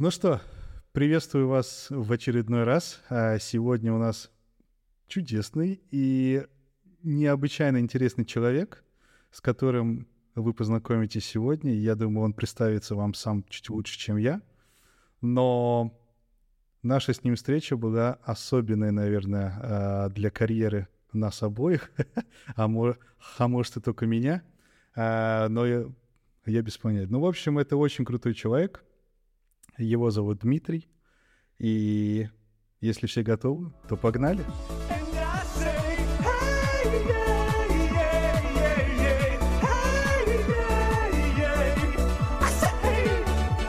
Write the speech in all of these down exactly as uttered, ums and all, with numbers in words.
Ну что, приветствую вас в очередной раз. А Сегодня у нас чудесный и необычайно интересный человек, с которым вы познакомитесь сегодня. Я думаю, он представится вам сам чуть лучше, чем я. Но наша с ним встреча была особенной, наверное, а, для карьеры нас обоих, а мо- а может и только меня. А, Но я я без понятия. Ну, в общем, это очень крутой человек. Его зовут Дмитрий. И если все готовы, то погнали. And I say, hey, yeah, yeah, yeah, yeah. Hey, yeah, yeah. I say, hey,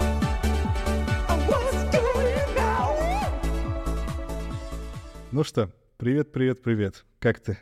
what's going on? Ну что, привет, привет, привет. Как ты?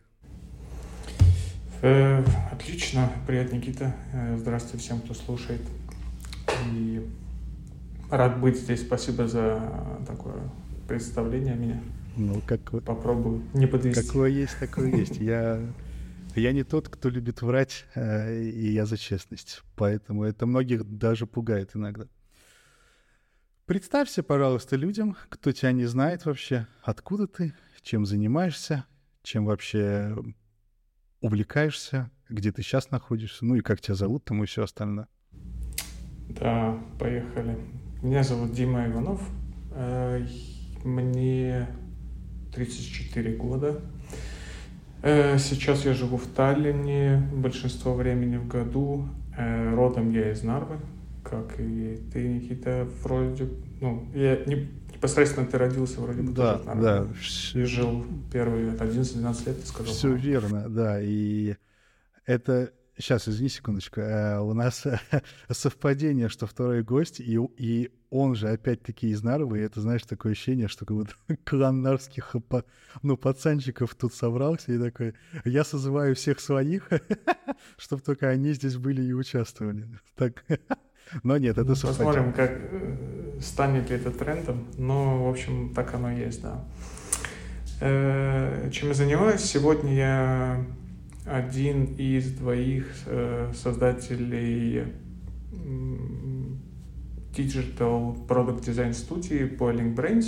Э, Отлично. Привет, Никита. Э, Здравствуйте всем, кто слушает. И рад быть здесь. Спасибо за такое представление меня. Ну, как, Попробую не подвести. какое есть, такое есть. Я, я не тот, кто любит врать, э, и я за честность. Поэтому это многих даже пугает иногда. Представься, пожалуйста, людям, кто тебя не знает вообще, откуда ты, чем занимаешься, чем вообще увлекаешься, где ты сейчас находишься, ну и как тебя зовут, там и все остальное. Да, поехали. Меня зовут Дима Иванов. Э, Мне тридцать четыре года. Э, Сейчас я живу в Таллине, большинство времени в году. Э, Родом я из Нарвы, как и ты, Никита, вроде. Ну, я не, непосредственно ты родился вроде бы Да, тоже в Нарве. да, И все, жил первые одиннадцать-двенадцать лет, ты сказал. все верно, да, и это... Сейчас, извини секундочку, э, у нас совпадение, что второй гость, и, и он же опять-таки из Нарвы, и это, знаешь, такое ощущение, что как будто клан нарвских па- ну, пацанчиков тут собрался, и такой, я созываю всех своих, чтобы только они здесь были и участвовали. Так. Но нет, это Ну, совпадение. посмотрим, как э, станет ли это трендом. Но, в общем, так оно и есть, да. Э, Чем я занимаюсь? Сегодня я один из двоих э, создателей м, Digital Product Design студии Boiling Brains.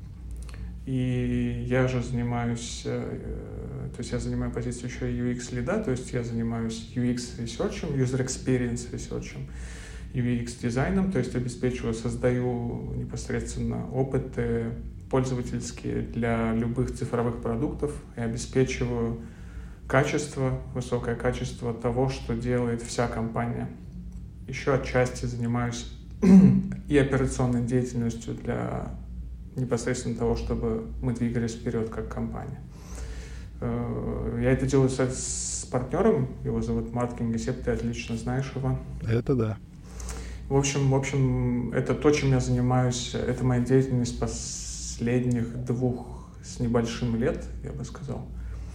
И я же занимаюсь, э, то есть я занимаю позицию еще ю экс-лида, то есть я занимаюсь ю экс-ресерчем, User Experience ресерчем, ю экс-дизайном, то есть обеспечиваю, создаю непосредственно опыты пользовательские для любых цифровых продуктов и обеспечиваю качество, высокое качество того, что делает вся компания. Еще отчасти занимаюсь и операционной деятельностью для непосредственно того, чтобы мы двигались вперед как компания. Я это делаю с, с партнером, его зовут Мартин Гесеп, ты отлично знаешь его. Это да. В общем, в общем, это то, чем я занимаюсь, это моя деятельность последних двух с небольшим лет, я бы сказал.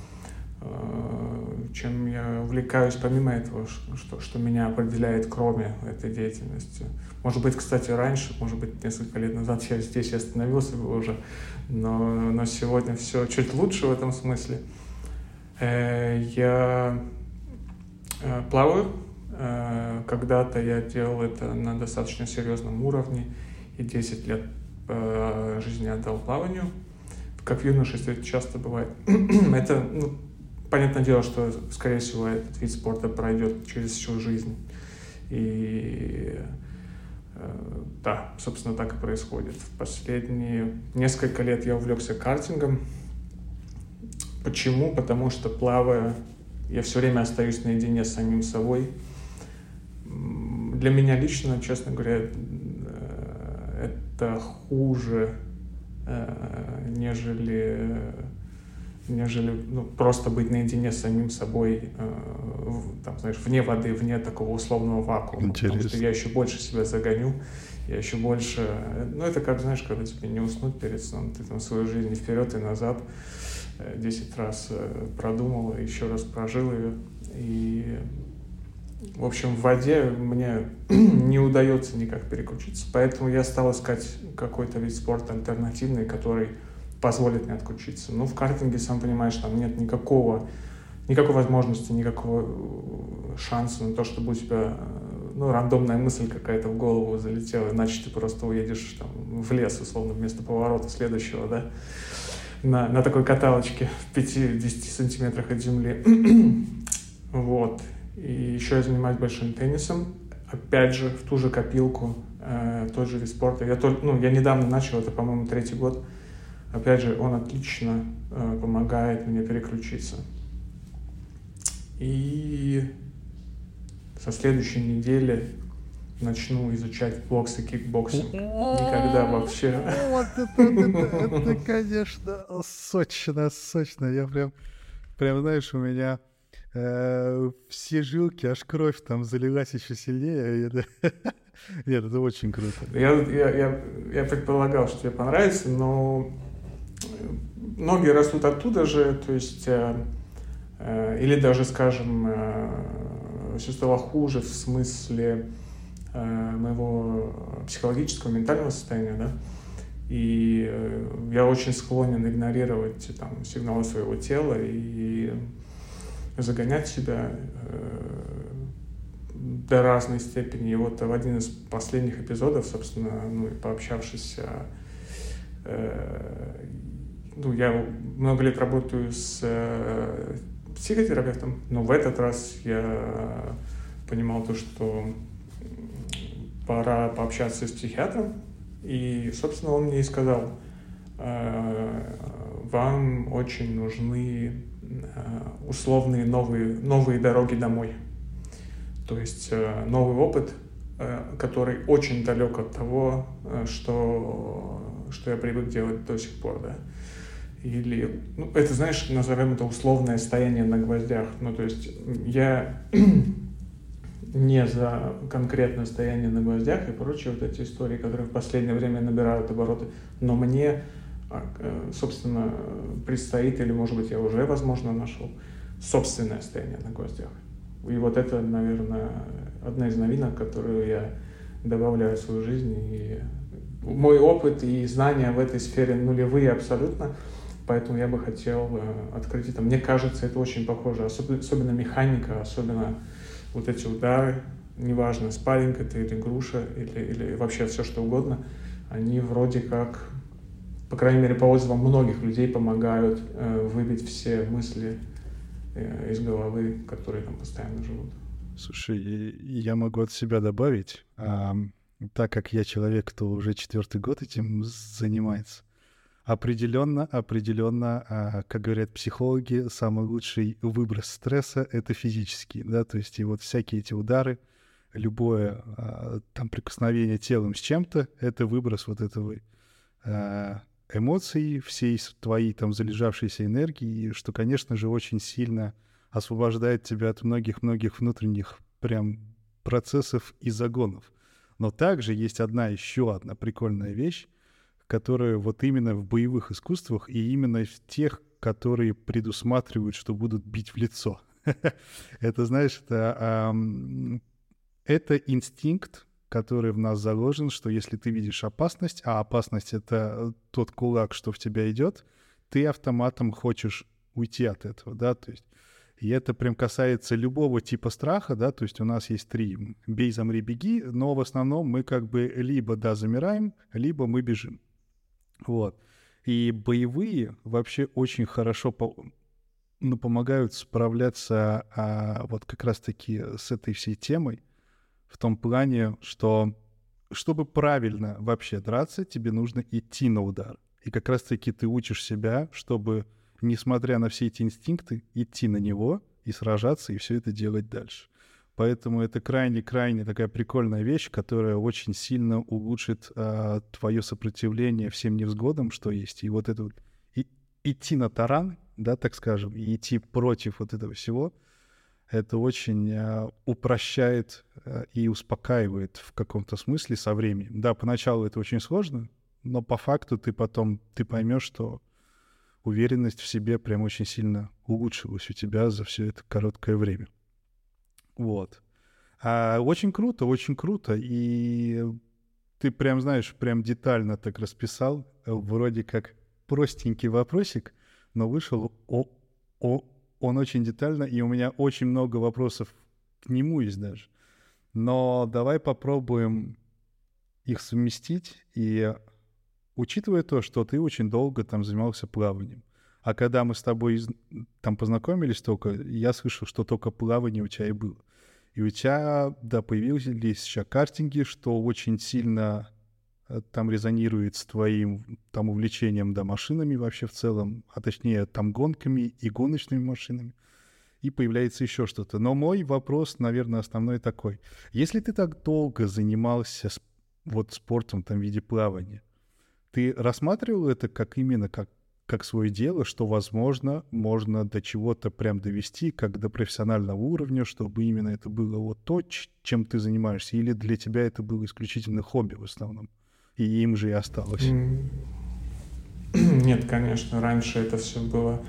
Чем я увлекаюсь помимо этого, что, что меня определяет кроме этой деятельности. Может быть, кстати, раньше, может быть, несколько лет назад я здесь остановился бы уже, но, но сегодня все чуть лучше в этом смысле. Я плаваю. Когда-то я делал это на достаточно серьезном уровне и десять лет жизни отдал плаванию. Как в юношестве это часто бывает. Это, ну, понятное дело, что, скорее всего, этот вид спорта пройдет через всю жизнь. И э, да, собственно, так и происходит. В последние несколько лет я увлекся картингом. Почему? Потому что, плавая, я все время остаюсь наедине с самим собой. Для меня лично, честно говоря, э, это хуже, э, нежели... нежели ну, просто быть наедине с самим собой, э, в, там, знаешь, вне воды, вне такого условного вакуума. Интересно. Потому что я еще больше себя загоню, я еще больше... Ну, это как, знаешь, когда тебе не уснуть перед сном, ты там свою жизнь вперед и назад десять раз э, продумал, еще раз прожил ее. И, в общем, в воде мне не удается никак переключиться, поэтому я стал искать какой-то вид спорта альтернативный, который позволит мне отключиться. Ну, в картинге, сам понимаешь, там нет никакого, никакой возможности, никакого шанса на то, чтобы у тебя ну, рандомная мысль какая-то в голову залетела, иначе ты просто уедешь там в лес, условно, вместо поворота следующего, да, на, на такой каталочке в пяти-десяти сантиметрах от земли. Вот. И еще я занимаюсь большим теннисом, опять же, в ту же копилку, э, тот же вид спорта. Я, только, ну, я недавно начал, это, по-моему, третий год. Опять же, он отлично э, помогает мне переключиться. И со следующей недели начну изучать бокс и кикбоксинг. Никогда вообще. Вот это, это, это, конечно, сочно, сочно. Я прям, прям, знаешь, у меня э, все жилки, аж кровь там залилась еще сильнее. Это- Нет, это очень круто. Я, я, я, я предполагал, что тебе понравится, но ноги растут оттуда же, то есть, э, э, или даже, скажем, э, все стало хуже в смысле э, моего психологического, ментального состояния, да, и э, я очень склонен игнорировать там сигналы своего тела и загонять себя э, до разной степени. И вот в один из последних эпизодов, собственно, ну, и пообщавшись, э, ну, я много лет работаю с э, психотерапевтом, но в этот раз я понимал то, что пора пообщаться с психиатром, и, собственно, он мне и сказал: э, вам очень нужны э, условные новые, новые дороги домой. То есть э, новый опыт, э, который очень далек от того, э, что, что я привык делать до сих пор, да. Или, ну, это, знаешь, назовем это условное стояние на гвоздях. Ну, то есть я не за конкретное стояние на гвоздях и прочие вот эти истории, которые в последнее время набирают обороты, но мне, э, собственно, предстоит, или, может быть, я уже, возможно, нашел собственное стояние на гвоздях. И вот это, наверное, одна из новинок, которую я добавляю в свою жизнь. И мой опыт и знания в этой сфере нулевые абсолютно, поэтому я бы хотел открыть это. Мне кажется, это очень похоже, особенно, особенно механика, особенно вот эти удары, неважно, спарринг это или груша, или, или вообще все что угодно, они вроде как, по крайней мере, по отзывам многих людей, помогают э, выбить все мысли из головы, которые там постоянно живут. Слушай, и- я могу от себя добавить, ам, так как я человек, кто уже четвертый год этим занимается, определенно, определенно, а, как говорят психологи, самый лучший выброс стресса — это физический, да, то есть и вот всякие эти удары, любое а, там прикосновение телом с чем-то — это выброс вот этого а, эмоций, всей с- твоей там залежавшейся энергии, что, конечно же, очень сильно освобождает тебя от многих-многих внутренних прям процессов и загонов. Но также есть одна, еще одна прикольная вещь, которая вот именно в боевых искусствах и именно в тех, которые предусматривают, что будут бить в лицо. Это, знаешь, это, ам, это инстинкт, который в нас заложен, что если ты видишь опасность, а опасность — это тот кулак, что в тебя идет, ты автоматом хочешь уйти от этого, да, то есть и это прям касается любого типа страха, да, то есть у нас есть три: бей, замри, беги, но в основном мы как бы либо, да, замираем, либо мы бежим. Вот. И боевые вообще очень хорошо по- ну, помогают справляться а, вот как раз-таки с этой всей темой, в том плане, что чтобы правильно вообще драться, тебе нужно идти на удар. И как раз-таки ты учишь себя, чтобы, несмотря на все эти инстинкты, идти на него и сражаться, и все это делать дальше. Поэтому это крайне-крайне такая прикольная вещь, которая очень сильно улучшит а, твое сопротивление всем невзгодам, что есть. И вот это вот и- идти на таран, да, так скажем, и идти против вот этого всего, это очень а, упрощает а, и успокаивает в каком-то смысле со временем. Да, поначалу это очень сложно, но по факту ты потом ты поймешь, что уверенность в себе прям очень сильно улучшилась у тебя за все это короткое время. Вот. А, очень круто, очень круто. И ты прям, знаешь, прям детально так расписал. э, Вроде как простенький вопросик, но вышел о, о, он очень детально, и у меня очень много вопросов к нему есть даже. Но давай попробуем их совместить. И учитывая то, что ты очень долго там занимался плаванием, а когда мы с тобой из- там познакомились только, я слышал, что только плавание у тебя и было. И у тебя, да, появились сейчас картинги, что очень сильно э, там резонирует с твоим там увлечением, да, машинами вообще в целом, а точнее там гонками и гоночными машинами. И появляется еще что-то. Но мой вопрос, наверное, основной такой. Если ты так долго занимался с- вот спортом там в виде плавания, ты рассматривал это как именно как, как свое дело, что, возможно, можно до чего-то прям довести, как до профессионального уровня, чтобы именно это было вот то, ч- чем ты занимаешься, или для тебя это было исключительно хобби в основном, и им же и осталось? М, Нет, конечно, раньше это все было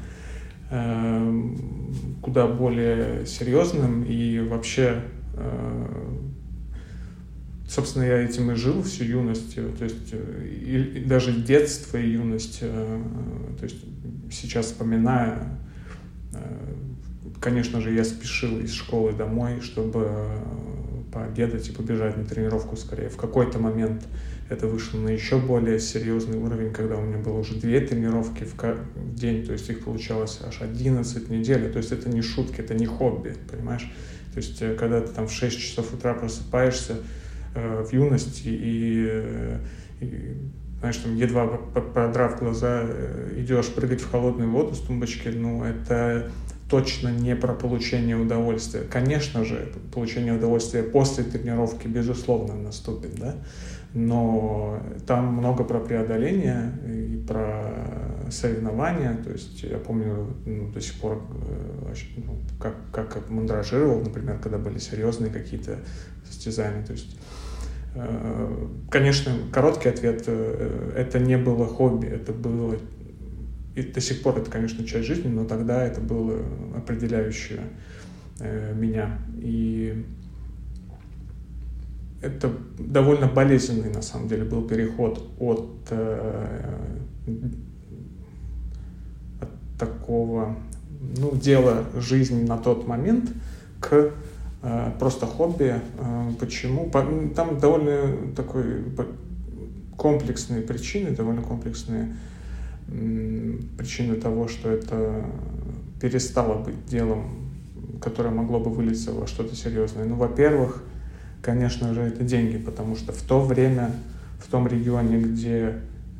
э, куда более серьезным, и вообще, э, собственно, я этим и жил всю юность, э, то есть э, и, и даже детство и юность, э, то есть сейчас вспоминая, э, конечно же, я спешил из школы домой, чтобы э, пообедать и побежать на тренировку скорее. В какой-то момент это вышло на еще более серьезный уровень, когда у меня было уже две тренировки в, ка- в день, то есть их получалось аж одиннадцать в неделю. То есть это не шутки, это не хобби, понимаешь? То есть э, когда ты там в шесть часов утра просыпаешься э, в юности и, э, и, знаешь, там едва п- продрав глаза, э, идешь прыгать в холодную воду с тумбочки, ну это точно не про получение удовольствия. Конечно же, получение удовольствия после тренировки, безусловно, наступит, да? Но там много про преодоление и про соревнования. То есть я помню, ну, до сих пор, э, ну, как, как мандражировал, например, когда были серьезные какие-то состязания. То есть, э, конечно, короткий ответ, э, это не было хобби, это было... И до сих пор это, конечно, часть жизни, но тогда это было определяющее э, меня. И это довольно болезненный, на самом деле, был переход от, э, от такого, ну, дела жизни на тот момент к э, просто хобби. Э, почему? По, там довольно такой комплексные причины, довольно комплексные м, причины того, что это перестало быть делом, которое могло бы вылиться во что-то серьезное. Ну, во-первых, конечно же, это деньги, потому что в то время, в том регионе, где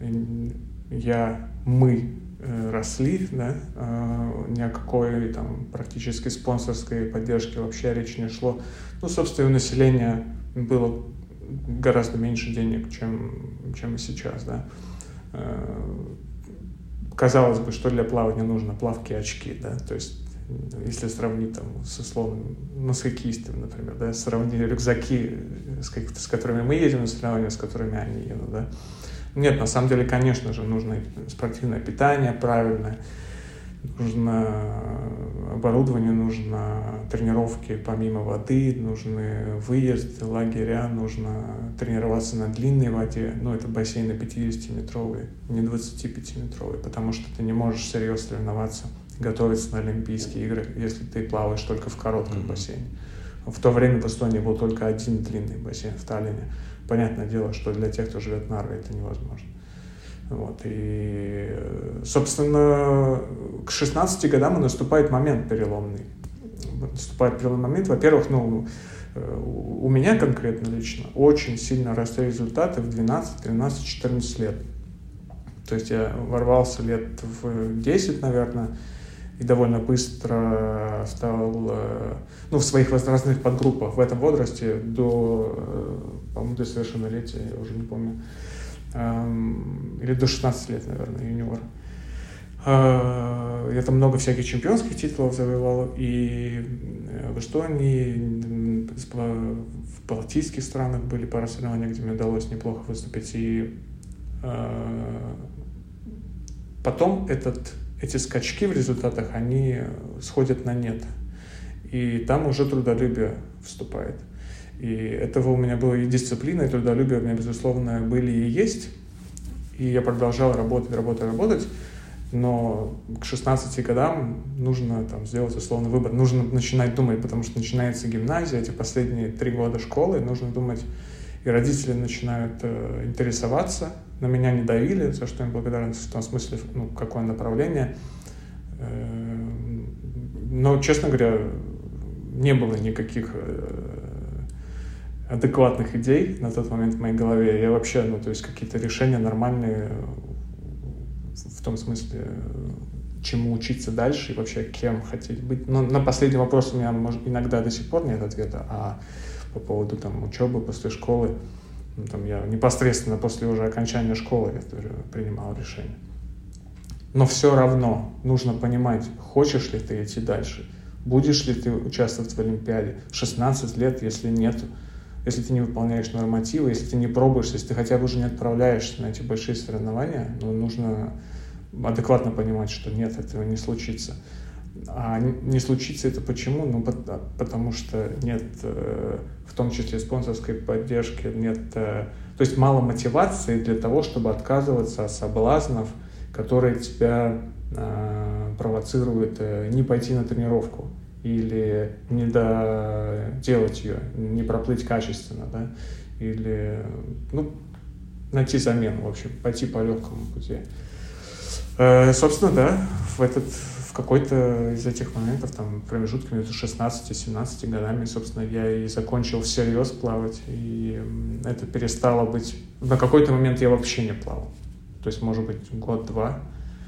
я, мы э, росли, да, э, ни о какой там практически спонсорской поддержке вообще речи не шло. Ну, собственно, у населения было гораздо меньше денег, чем, чем и сейчас, да. Э, казалось бы, что для плавания нужно? Плавки и очки, да, то есть если сравнить там с условным, ну, с хоккеистами, например, да, сравнить рюкзаки, с, как, с которыми мы едем на соревнования, с которыми они едут, да. Нет, на самом деле, конечно же, нужно спортивное питание правильное, нужно оборудование, нужно тренировки помимо воды, нужны выезды, лагеря, нужно тренироваться на длинной воде, ну, это бассейны пятидесятиметровые, не двадцатипятиметровые, потому что ты не можешь серьезно соревноваться, готовиться на Олимпийские игры, если ты плаваешь только в коротком mm-hmm. бассейне. В то время в Эстонии был только один длинный бассейн в Таллине. Понятное дело, что для тех, кто живет в Нарве, это невозможно. Вот. И, собственно, к шестнадцати годам наступает момент переломный. Наступает переломный момент. Во-первых, ну, у меня конкретно лично очень сильно росли результаты в двенадцать, тринадцать, четырнадцать лет. То есть я ворвался лет в десять, наверное, и довольно быстро стал, ну, в своих возрастных подгруппах в этом возрасте до, по-моему, до совершеннолетия, я уже не помню, или до шестнадцати лет, наверное, юниор. Я там много всяких чемпионских титулов завоевал и в Эстонии, в балтийских странах были пара соревнований, где мне удалось неплохо выступить. И потом этот, эти скачки в результатах, они сходят на нет. И там уже трудолюбие вступает. И этого у меня было и дисциплина, и трудолюбие у меня, безусловно, были и есть. И я продолжал работать, работать, работать. Но к шестнадцати годам нужно там сделать условный выбор. Нужно начинать думать, потому что начинается гимназия, эти последние три года школы, нужно думать, и родители начинают э, интересоваться. На меня не давили, за что им благодарен, в том смысле, ну, какое направление. Э, но, честно говоря, не было никаких э, адекватных идей на тот момент в моей голове. Я вообще, ну, то есть какие-то решения нормальные, в том смысле, чему учиться дальше и вообще кем хотеть быть. Но на последний вопрос у меня, может, иногда до сих пор нет ответа, а по поводу там учебы после школы, ну, там я непосредственно после уже окончания школы я тоже принимал решение. Но все равно нужно понимать, хочешь ли ты идти дальше, будешь ли ты участвовать в Олимпиаде в шестнадцать лет, если нет, если ты не выполняешь нормативы, если ты не пробуешь, если ты хотя бы уже не отправляешься на эти большие соревнования, ну, нужно адекватно понимать, что нет, этого не случится. А не случится это почему? Ну, потому что нет, в том числе спонсорской поддержки, нет, то есть мало мотивации для того, чтобы отказываться от соблазнов, которые тебя э, провоцируют э, не пойти на тренировку или не доделать ее, не проплыть качественно, да, или, ну, найти замену, в общем, пойти по легкому пути. Э, собственно, да, в этот, в какой-то из этих моментов, там, промежутке между шестнадцатью и семнадцатью годами, собственно, я и закончил всерьез плавать, и это перестало быть... На какой-то момент я вообще не плавал. То есть, может быть, год-два.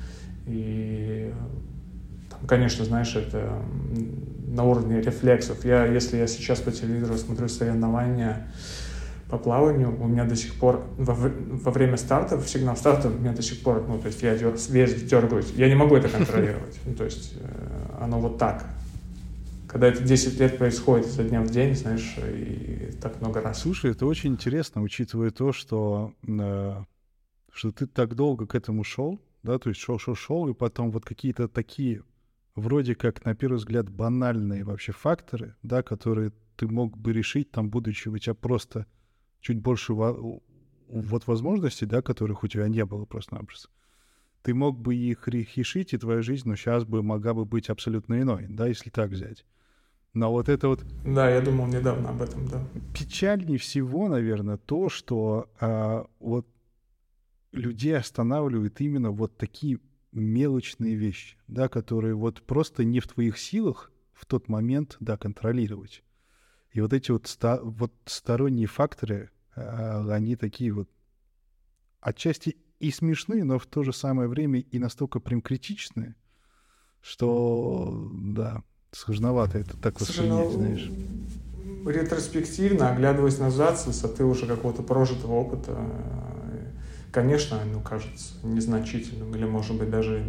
И, там, конечно, знаешь, это на уровне рефлексов. Я, если я сейчас по телевизору смотрю соревнования по плаванию, у меня до сих пор во, во время старта, сигнал старта, у меня до сих пор, ну, то есть я дер, весь дергаюсь. Я не могу это контролировать. Ну, то есть оно вот так. Когда это десять лет происходит изо дня в день, знаешь, и так много раз. Слушай, это очень интересно, учитывая то, что... Э... что ты так долго к этому шел, да, то есть шел-шел-шел, и потом вот какие-то такие, вроде как, на первый взгляд, банальные вообще факторы, да, которые ты мог бы решить, там, будучи у тебя просто чуть больше во- вот возможностей, да, которых у тебя не было просто-напросто. Ты мог бы их решить, и твоя жизнь, ну, сейчас бы могла бы быть абсолютно иной, да, если так взять. Но вот это вот... Да, я думал недавно об этом, да. Печальнее всего, наверное, то, что а, вот людей останавливают именно вот такие мелочные вещи, да, которые вот просто не в твоих силах в тот момент, да, контролировать. И вот эти вот, ста- вот сторонние факторы, а, они такие вот отчасти и смешные, но в то же самое время и настолько прям критичные, что, да, сложновато это так воспринять, знаешь. Ретроспективно, оглядываясь назад, с высоты уже какого-то прожитого опыта, конечно, оно кажется незначительным или, может быть, даже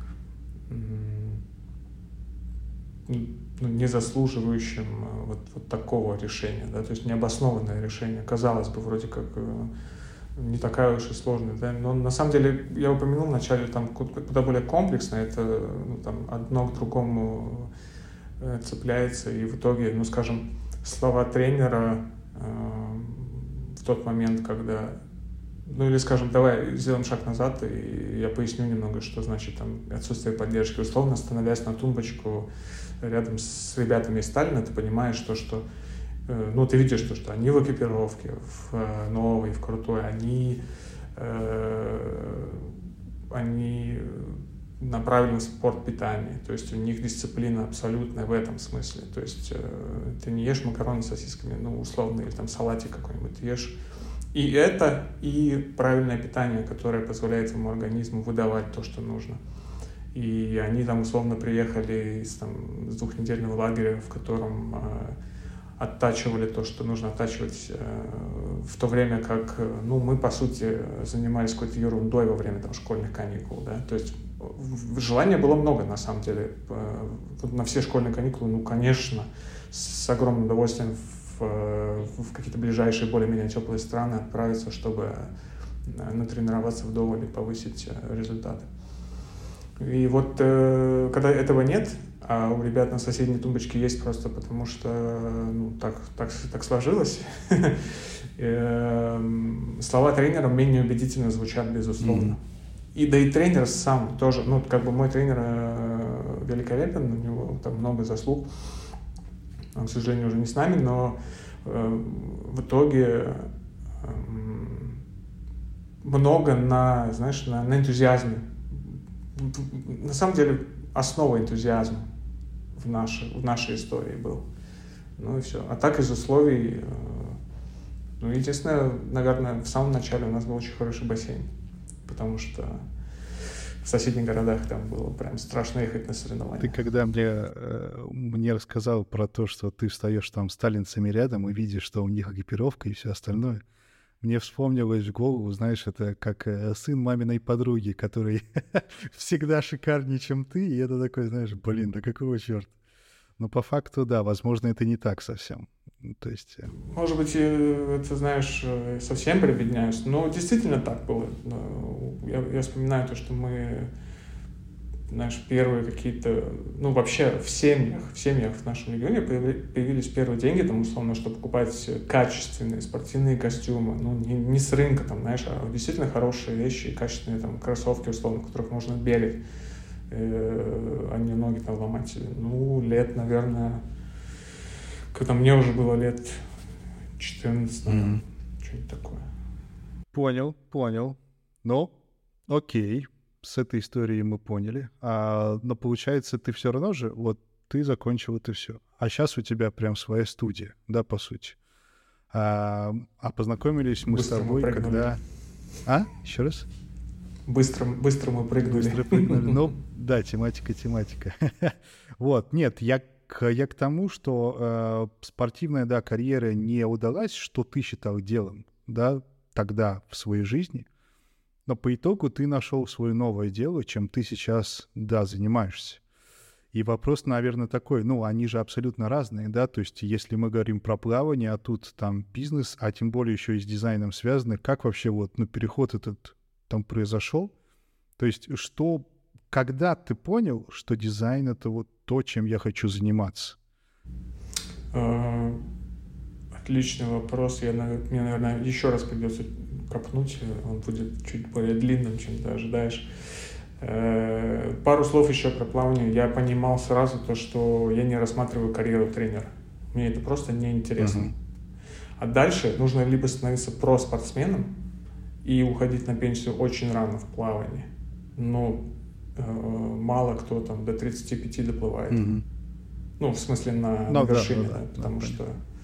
ну, не заслуживающим вот, вот такого решения, да, то есть необоснованное решение. Казалось бы, вроде как не такая уж и сложная, да, но на самом деле, я упомянул вначале, там куда более комплексно, это ну, там, одно к другому цепляется, и в итоге, ну, скажем, слова тренера э, в тот момент, когда, ну, или, скажем, давай сделаем шаг назад, и я поясню немного, что значит там отсутствие поддержки. Условно, становясь на тумбочку рядом с ребятами из Сталина, ты понимаешь то, что, э, ну, ты видишь то, что они в экипировке, в э, новой, в крутой, они, э, они направлены в спорт питания, то есть у них дисциплина абсолютная в этом смысле, то есть э, ты не ешь макароны с сосисками, ну, условно, или там салатик какой-нибудь, ты ешь и это, и правильное питание, которое позволяет своему организму выдавать то, что нужно. И они там условно приехали из, там, с двухнедельного лагеря, в котором э, оттачивали то, что нужно оттачивать, э, в то время как, ну, мы, по сути, занимались какой-то ерундой во время там школьных каникул, да, то есть желания было много, на самом деле. На все школьные каникулы, ну, конечно, с огромным удовольствием в, в какие-то ближайшие, более-менее теплые страны отправиться, чтобы натренироваться вдоволь и повысить результаты. И вот когда этого нет, а у ребят на соседней тумбочке есть просто потому, что ну, так, так, так сложилось, слова тренера менее убедительно звучат, безусловно. И да и тренер сам тоже, ну, как бы мой тренер э, великолепен, у него там много заслуг. Он, к сожалению, уже не с нами, но э, в итоге э, много на, знаешь, на, на энтузиазме. На самом деле основа энтузиазма в нашей, в нашей истории был. Ну и все. А так из условий, э, ну, единственное, наверное, в самом начале у нас был очень хороший бассейн, потому что в соседних городах там было прям страшно ехать на соревнования. Ты когда мне, э, мне рассказал про то, что ты встаешь там с таллинцами рядом и видишь, что у них экипировка и все остальное, мне вспомнилось в голову, знаешь, это как э, сын маминой подруги, который всегда шикарнее, чем ты, и это такой, знаешь, блин, да какого черта? Но по факту, да, возможно, это не так совсем. Ну, то есть... э, Может быть, э, ты знаешь, э, совсем прибедняюсь, но действительно так было. Но Я, я вспоминаю то, что мы, знаешь, первые какие-то, ну вообще в семьях, в семьях в нашем регионе появи- появились первые деньги, там, условно, чтобы покупать качественные спортивные костюмы, ну не, не с рынка, там, знаешь, а действительно хорошие вещи, качественные там кроссовки, условно, в которых можно бегать, э, а не ноги там ломать. Ну, лет, наверное, когда мне уже было лет четырнадцать, наверное, Мгм. что-нибудь такое. Понял, понял. Ну, окей, с этой историей мы поняли. А, но получается, ты все равно же, вот ты закончил это все. А сейчас у тебя прям своя студия, да, по сути. А, а познакомились мы с Быстро мы тобой, прыгнули. когда... А? Еще раз? Быстро, быстро мы прыгнули. Быстро прыгнули. Ну, да, тематика, тематика. Вот, нет, я к, я к тому, что э, спортивная, да, карьера не удалась, что ты считал делом, да, тогда в своей жизни, но по итогу ты нашел свое новое дело, чем ты сейчас, да, занимаешься. И вопрос, наверное, такой, ну, они же абсолютно разные, да, то есть если мы говорим про плавание, а тут там бизнес, а тем более еще и с дизайном связаны, как вообще вот, ну, переход этот там произошел? То есть что, когда ты понял, что дизайн — это вот то, чем я хочу заниматься? А, Отличный вопрос. Я, навер- мне, наверное, еще раз придется копнуть. Он будет чуть более длинным, чем ты ожидаешь. Э, Пару слов еще про плавание. Я понимал сразу то, что я не рассматриваю карьеру тренера. Мне это просто неинтересно. Мгм. А дальше нужно либо становиться про-спортсменом и уходить на пенсию очень рано в плавании. Ну, э, мало кто там до тридцати пяти доплывает. Мгм. Ну, в смысле, на, Ну на да, вершине, да, да, да, да, потому понятно. что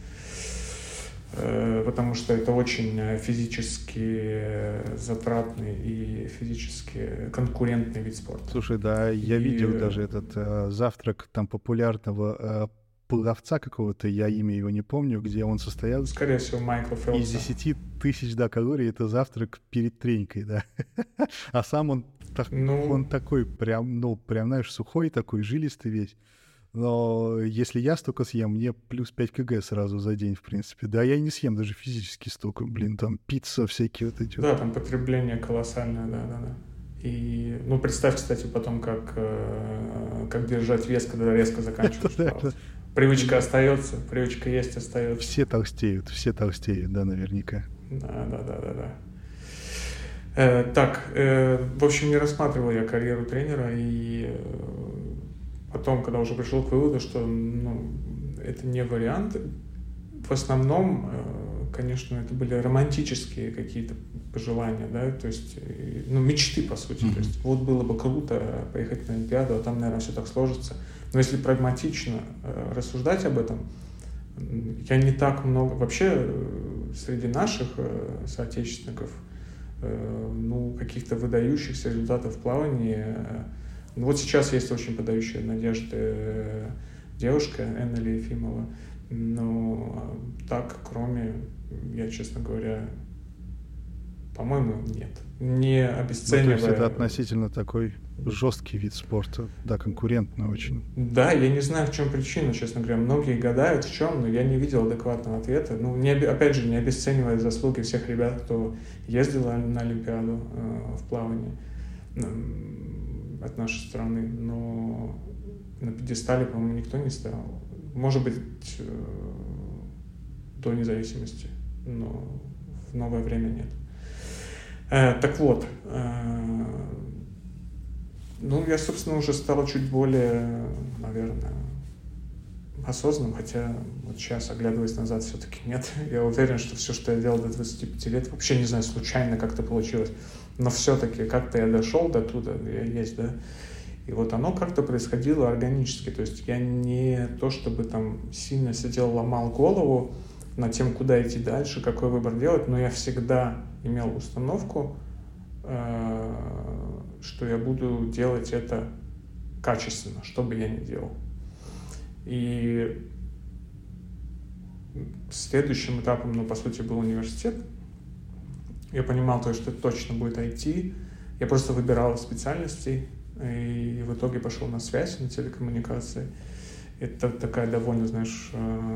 э, потому что это очень э, физически э, затратный и физически конкурентный вид спорта. Слушай, да, я И- видел даже этот э, завтрак там популярного э, пловца какого-то, я имя его не помню, где он состоял Скорее всего, Майкла из Фелпса. десяти тысяч, да, калорий, это завтрак перед тренькой, да. А сам он, так- Ну, он такой прям, ну, прям, знаешь, сухой такой, жилистый весь. Но если я столько съем, мне плюс пять килограмм сразу за день, в принципе. Да, я и не съем даже физически столько, блин, там пицца, всякие вот эти вот. да, там потребление колоссальное, да, да, да. И, ну, представь, кстати, потом, как, э, как держать вес, когда резко заканчиваешь Да, плавать. Привычка остается, привычка есть остается. Все толстеют, все толстеют, да, наверняка. Да, да, да, да, да. Э, так, э, в общем, не рассматривал я карьеру тренера, и э, потом, когда уже пришел к выводу, что ну, это не вариант, в основном, э, конечно, это были романтические какие-то пожелания, да, то есть, э, ну, мечты, по сути. Мгм. То есть, вот было бы круто поехать на Олимпиаду, а там, наверное, все так сложится. Но если прагматично э, рассуждать об этом, м, я не так много... Вообще, э, среди наших э, соотечественников, э, ну, каких-то выдающихся результатов в плавании... э, ну, вот сейчас есть очень подающая надежды э, девушка Эннели Ефимова, но так, кроме, я, честно говоря, по-моему, нет. Не Ну, то обесценивая... есть это относительно такой жесткий вид спорта, да, конкурентный очень. Да, я не знаю, в чем причина, честно говоря. Многие гадают, в чем, но я не видел адекватного ответа. Ну, не, оби- опять же, не обесценивая заслуги всех ребят, кто ездил на Олимпиаду э, в плавании м, от нашей страны, но на пьедестале, по-моему, никто не стоял. Может быть, э, до независимости, но в новое время нет. Э, так вот, э, Ну, я, собственно, уже стал чуть более, наверное, осознанным, хотя вот сейчас, оглядываясь назад, все-таки нет. Я уверен, что все, что я делал до двадцати пяти лет, вообще не знаю, случайно как-то получилось, но все-таки как-то я дошел до туда, я есть, да. И вот оно как-то происходило органически, то есть я не то, чтобы там сильно сидел, ломал голову над тем, куда идти дальше, какой выбор делать, но я всегда имел установку, что я буду делать это качественно, что бы я ни делал. И следующим этапом, ну, по сути, был университет. Я понимал то, что это точно будет ай ти. Я просто выбирал специальности, и в итоге пошел на связь, на телекоммуникации. Это такая довольно, знаешь,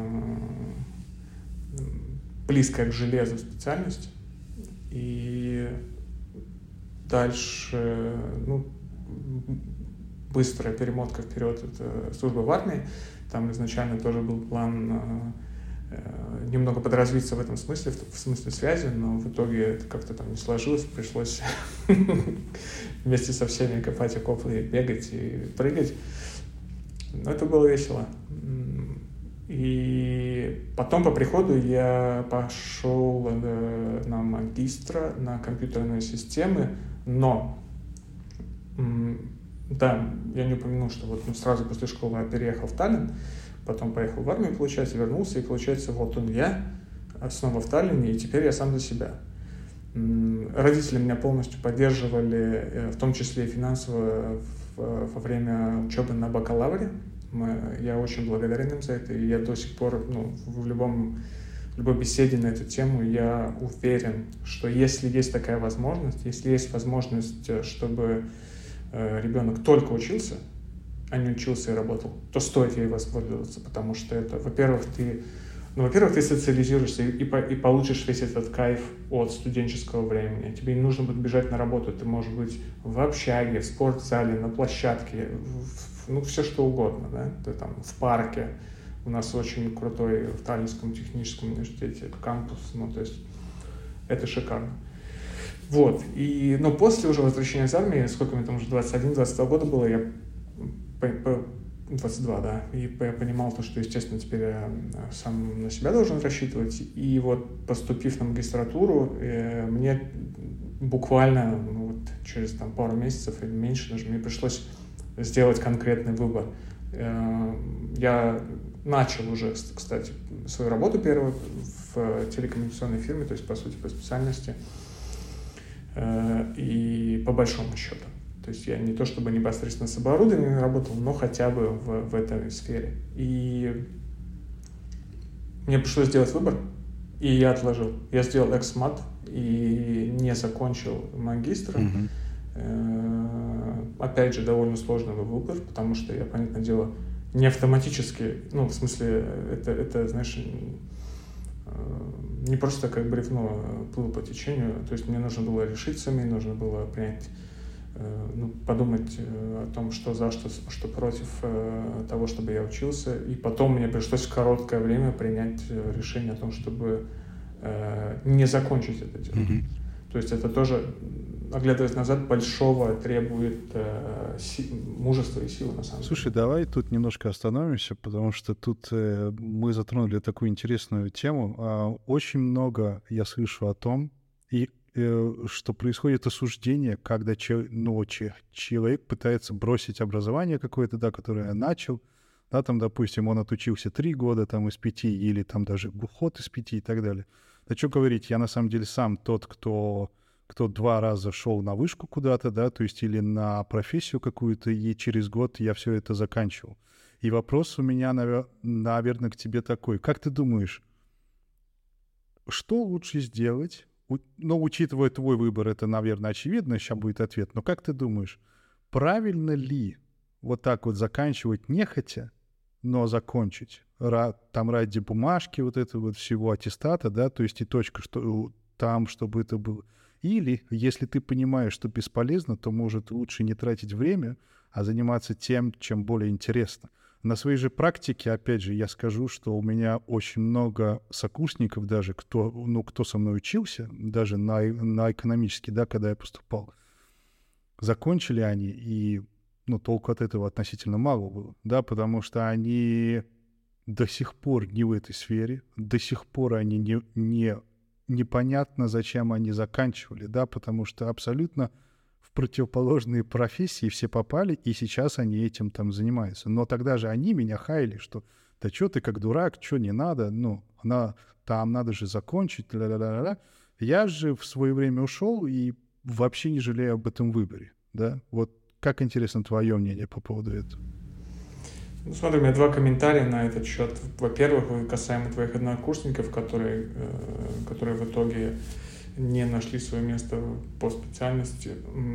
близкая к железу специальность. И дальше, ну, быстрая перемотка вперед, это служба в армии. Там изначально тоже был план э, немного подразвиться в этом смысле, в, в смысле связи, но в итоге это как-то там не сложилось, пришлось вместе со всеми копать окопы, бегать и прыгать. Но это было весело. И потом по приходу я пошел э, на магистра, на компьютерные системы, но да, я не упомянул, что вот ну, сразу после школы я переехал в Таллин, потом поехал в армию, получается, вернулся, и получается, вот он я, снова в Таллине, и теперь я сам за себя. Родители меня полностью поддерживали, в том числе и финансово, во время учебы на бакалавре. Я очень благодарен им за это, и я до сих пор, ну, в любом, в любой беседе на эту тему я уверен, что если есть такая возможность, если есть возможность, чтобы ребенок только учился, а не учился и работал, то стоит ей воспользоваться, потому что это, во-первых, ты, ну, во-первых, ты социализируешься и, и, и получишь весь этот кайф от студенческого времени. Тебе не нужно будет бежать на работу, ты можешь быть в общаге, в спортзале, на площадке, в, ну, все что угодно, да, ты там в парке. У нас очень крутой в Таллинском техническом университете кампус, ну, то есть это шикарно. Вот, и, но после уже возвращения из армии, сколько мне там уже, двадцать один двадцать два года было, я, двадцать два, да, и я понимал то, что, естественно, теперь я сам на себя должен рассчитывать, и вот, поступив на магистратуру, мне буквально, ну, вот, через там пару месяцев или меньше даже, мне пришлось сделать конкретный выбор. Я начал уже, кстати, свою работу первую в телекоммуникационной фирме, то есть, по сути, по специальности, и по большому счету. То есть я не то чтобы непосредственно с оборудованием работал, но хотя бы в, в этой сфере. И мне пришлось сделать выбор, и я отложил. Я сделал экс-мат и не закончил магистра. Mm-hmm. Опять же, довольно сложный выбор, потому что я, понятное дело, не автоматически, ну, в смысле, это, это знаешь, не просто как бревно плыл по течению, то есть мне нужно было решиться, мне нужно было принять, ну, подумать о том, что за, что, что против того, чтобы я учился, и потом мне пришлось в короткое время принять решение о том, чтобы не закончить это дело. Mm-hmm. То есть это тоже, оглядываясь назад, большого требует э, си- мужества и силы, на самом деле. Слушай, давай тут немножко остановимся, потому что тут э, мы затронули такую интересную тему. А, очень много я слышу о том, и, э, что происходит осуждение, когда че, ну, че, человек пытается бросить образование какое-то, да, которое начал, да, там, допустим, он отучился три года там, из пяти, или там даже год из пяти и так далее. Да что говорить, я на самом деле сам тот, кто, кто два раза шел на вышку куда-то, да, то есть или на профессию какую-то, и через год я все это заканчивал. И вопрос у меня, наверное, к тебе такой. Как ты думаешь, что лучше сделать? Ну, учитывая твой выбор, это, наверное, очевидно, сейчас будет ответ. Но как ты думаешь, правильно ли вот так вот заканчивать нехотя, но закончить? Там ради бумажки вот этого вот всего аттестата, да, то есть и точка, что там, чтобы это было. Или, если ты понимаешь, что бесполезно, то, может, лучше не тратить время, а заниматься тем, чем более интересно. На своей же практике, опять же, я скажу, что у меня очень много сокурсников даже, кто, ну, кто со мной учился, даже на, на экономический, да, когда я поступал, закончили они, и ну, толку от этого относительно мало было, да, потому что они до сих пор не в этой сфере, до сих пор они не, не непонятно, зачем они заканчивали, да, потому что абсолютно в противоположные профессии все попали, и сейчас они этим там занимаются. Но тогда же они меня хаяли, что да что ты как дурак, что не надо, ну, она, там надо же закончить, ля-ля-ля-ля. Я же в свое время ушел и вообще не жалею об этом выборе, да. Вот как интересно твое мнение по поводу этого? Ну, смотри, у меня два комментария на этот счет. Во-первых, касаемо твоих однокурсников, которые, э, которые в итоге не нашли свое место по специальности.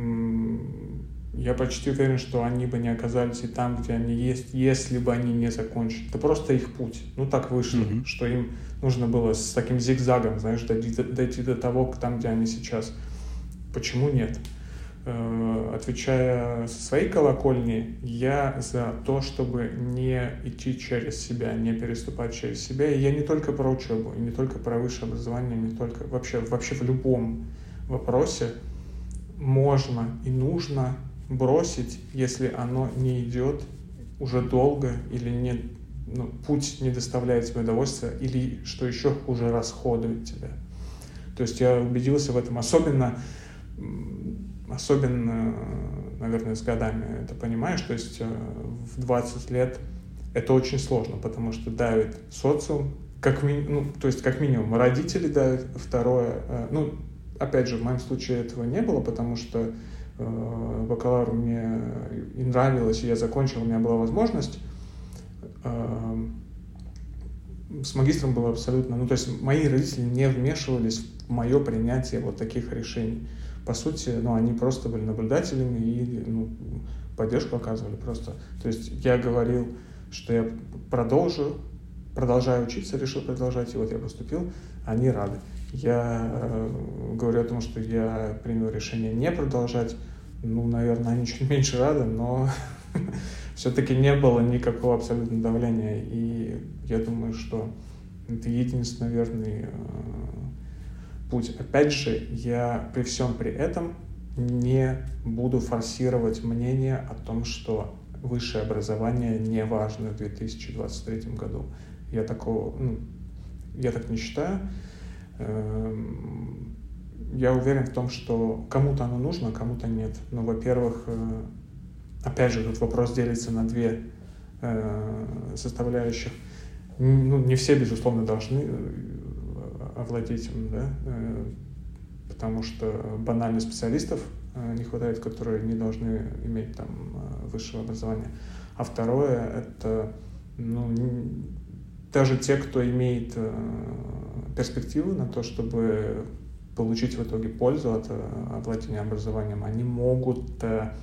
Я почти уверен, что они бы не оказались и там, где они есть, если бы они не закончили. Это просто их путь. Ну, так вышло, mm-hmm. что им нужно было с таким зигзагом, знаешь, дойти, дойти до того, там, где они сейчас. Почему нет? Отвечая со своей колокольни, я за то, чтобы не идти через себя, не переступать через себя. И я не только про учебу, и не только про высшее образование, не только вообще, вообще в любом вопросе можно и нужно бросить, если оно не идет уже долго или не, ну, путь не доставляет тебе удовольствия или, что еще хуже, расходует тебя. То есть я убедился в этом особенно Особенно, наверное, с годами это понимаешь, то есть в двадцать лет это очень сложно, потому что давит социум, как ми... ну, то есть как минимум родители давят, второе, ну, опять же, в моем случае этого не было, потому что э, бакалавр мне и нравилось, и я закончил, у меня была возможность. Э, с магистром было абсолютно, ну, то есть мои родители не вмешивались в мое принятие вот таких решений. По сути, ну, они просто были наблюдателями и, ну, поддержку оказывали просто. То есть я говорил, что я продолжу, продолжаю учиться, решил продолжать, и вот я поступил, они рады. Я э, говорю о том, что я принял решение не продолжать, ну, наверное, они чуть меньше рады, но все-таки не было никакого абсолютного давления, и я думаю, что это единственный верный путь. Опять же, я при всем при этом не буду форсировать мнение о том, что высшее образование не важно в две тысячи двадцать третьем году. Я такого, ну, я так не считаю. Я уверен в том, что кому-то оно нужно, кому-то нет. Но, во-первых, опять же, тут вопрос делится на две составляющих. Ну, не все, безусловно, должны овладеть им, да, потому что банально специалистов не хватает, которые не должны иметь там высшего образования. А второе, это, ну, даже те, кто имеет перспективы на то, чтобы получить в итоге пользу от овладения образованием, они могут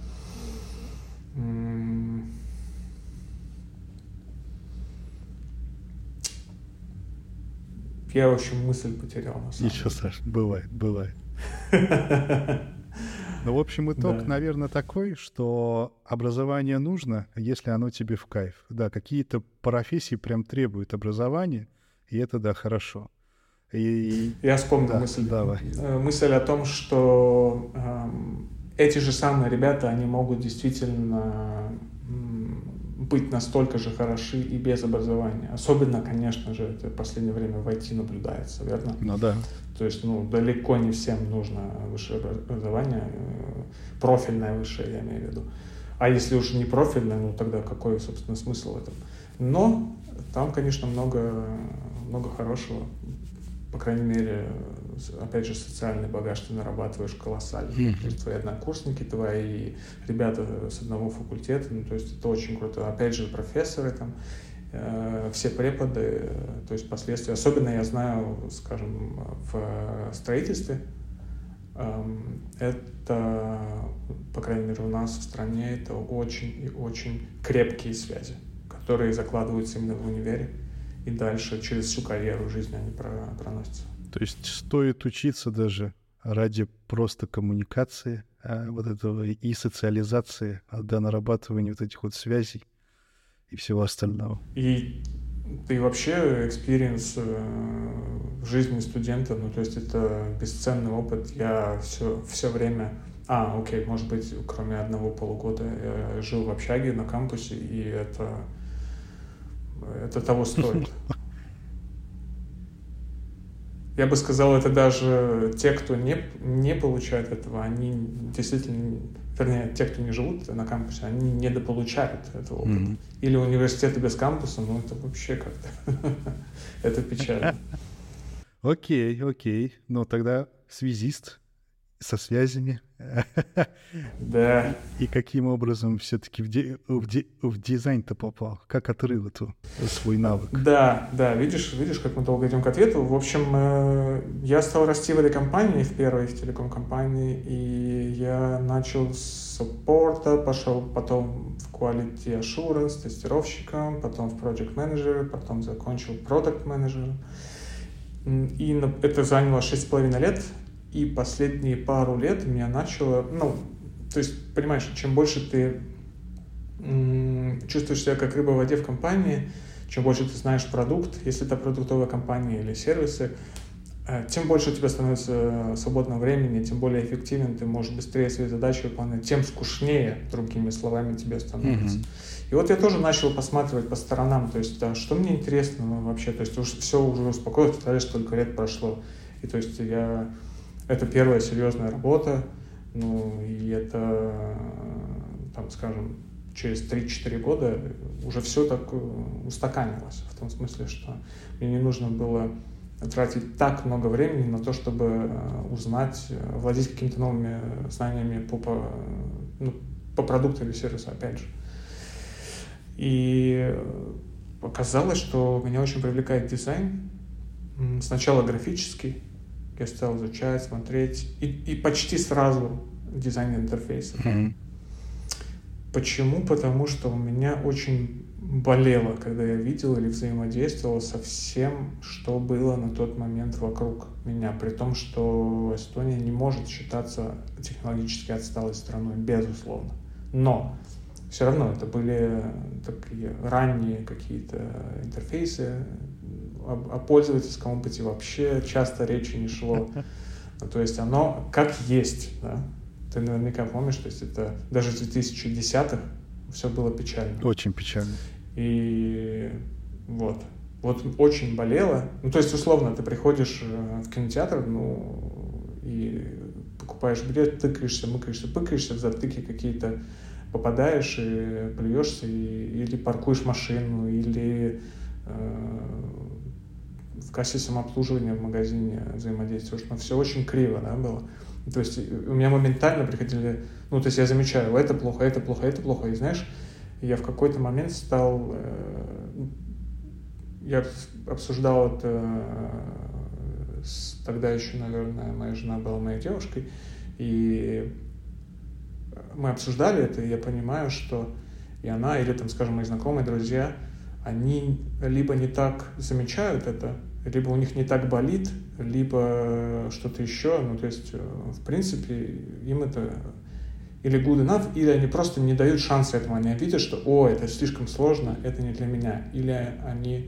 Я, в общем, мысль потерял, на самом Ничего, деле. Саш, бывает, бывает. Ну, в общем, итог, Да. наверное, такой, что образование нужно, если оно тебе в кайф. Да, какие-то профессии прям требуют образования, и это, да, хорошо. И... Я вспомнил Да, мысль. давай. Э, Мысль о том, что эм, эти же самые ребята, они могут действительно м, быть настолько же хороши и без образования. Особенно, конечно же, это в последнее время в ай ти наблюдается, верно? Ну да. То есть, ну, далеко не всем нужно высшее образование, э, профильное высшее, я имею в виду. А если уж не профильное, ну тогда какой, собственно, смысл в этом? Но там, конечно, много, много хорошего. По крайней мере, опять же, социальный багаж ты нарабатываешь колоссальный. Mm-hmm. То есть твои однокурсники, твои ребята с одного факультета, ну, то есть это очень круто. Опять же, профессоры там, э, все преподы, э, то есть последствия. Особенно я знаю, скажем, в строительстве, э, это, по крайней мере, у нас в стране, это очень и очень крепкие связи, которые закладываются именно в универе. И дальше через всю карьеру жизни они проносятся. То есть стоит учиться даже ради просто коммуникации, а, вот этого и социализации, а, да, нарабатывания вот этих вот связей и всего остального. И ты вообще экспириенс в жизни студента, ну то есть это бесценный опыт. Я все, все время А, окей, может быть, кроме одного полугода я жил в общаге на кампусе, и это, это того стоит. Я бы сказал, это даже те, кто не, не получает этого, они действительно, вернее, те, кто не живут на кампусе, они недополучают этого опыта. Мгм. Или университеты без кампуса, ну это вообще как-то, это печально. Окей, окей. Ну, тогда связист со связями. Да. И каким образом все-таки в, ди- в ди- в дизайн-то попал? Как отрыл эту свой навык? Да, да, видишь, видишь, как мы долго идем к ответу. В общем, э, я стал расти в этой компании, в первой, в телеком-компании, и я начал с саппорта, пошел потом в quality assurance тестировщиком, потом в project manager, потом закончил product manager. И на- это заняло шесть с половиной лет, и последние пару лет меня начало, ну, то есть, понимаешь, чем больше ты м, чувствуешь себя как рыба в воде в компании, чем больше ты знаешь продукт, если это продуктовая компания или сервисы, э, тем больше у тебя становится свободного времени, тем более эффективен, ты можешь быстрее свои задачи выполнять, тем скучнее, другими словами, тебе становится. Мгм. И вот я тоже начал посматривать по сторонам, то есть, да, что мне интересно вообще, то есть уж все уже успокоилось, представляешь, столько лет прошло. И то есть я... Это первая серьезная работа, ну, и это, там, скажем, через три-четыре года уже все так э, устаканилось, в том смысле, что мне не нужно было тратить так много времени на то, чтобы э, узнать, э, владеть какими-то новыми знаниями по, по, ну, по продукту или сервису, опять же. И оказалось, что меня очень привлекает дизайн. М, Сначала графический, я стал изучать, смотреть, и, и почти сразу дизайн интерфейсов. Мгм. Почему? Потому что у меня очень болело, когда я видел или взаимодействовал со всем, что было на тот момент вокруг меня, при том, что Эстония не может считаться технологически отсталой страной, безусловно. Но все равно это были такие ранние какие-то интерфейсы, о, о пользовательском опыте вообще часто речи не шло. Ну, то есть оно как есть, да? Ты наверняка помнишь, то есть это даже в две тысячи десятых все было печально. Очень печально. И вот. Вот очень болело. Ну, то есть, условно, ты приходишь э, в кинотеатр, ну, и покупаешь билет, тыкаешься, мыкаешься, пыкаешься, в затыки какие-то попадаешь и плюешься, и, или паркуешь машину, или э, в кассе самообслуживания в магазине взаимодействуешь. Но все очень криво, да, было. То есть у меня моментально приходили... Ну, то есть я замечаю, это плохо, это плохо, это плохо. И знаешь, я в какой-то момент стал... Э, я обсуждал это э, с, тогда еще, наверное, моя жена была моей девушкой, и мы обсуждали это, и я понимаю, что и она, или там, скажем, мои знакомые, друзья, они либо не так замечают это, либо у них не так болит, либо что-то еще. Ну, то есть, в принципе, им это или good enough, или они просто не дают шанса этому. Они видят, что, о, это слишком сложно, это не для меня. Или они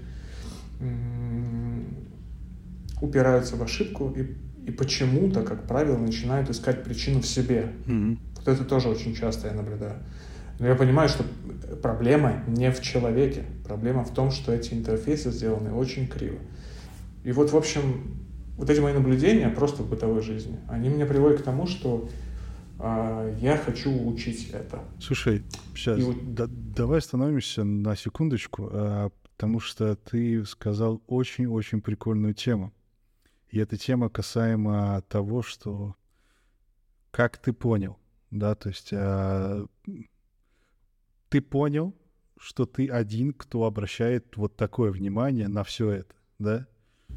м- упираются в ошибку и, и почему-то, как правило, начинают искать причину в себе. Мгм. Вот это тоже очень часто я наблюдаю. Но я понимаю, что проблема не в человеке. Проблема в том, что эти интерфейсы сделаны очень криво. И вот, в общем, вот эти мои наблюдения просто в бытовой жизни, они меня приводят к тому, что э, я хочу учить это. Слушай, сейчас И вот- да- давай остановимся на секундочку, а, потому что ты сказал очень-очень прикольную тему. И эта тема касаемо того, что как ты понял, да, то есть а, ты понял, что ты один, кто обращает вот такое внимание на все это, да?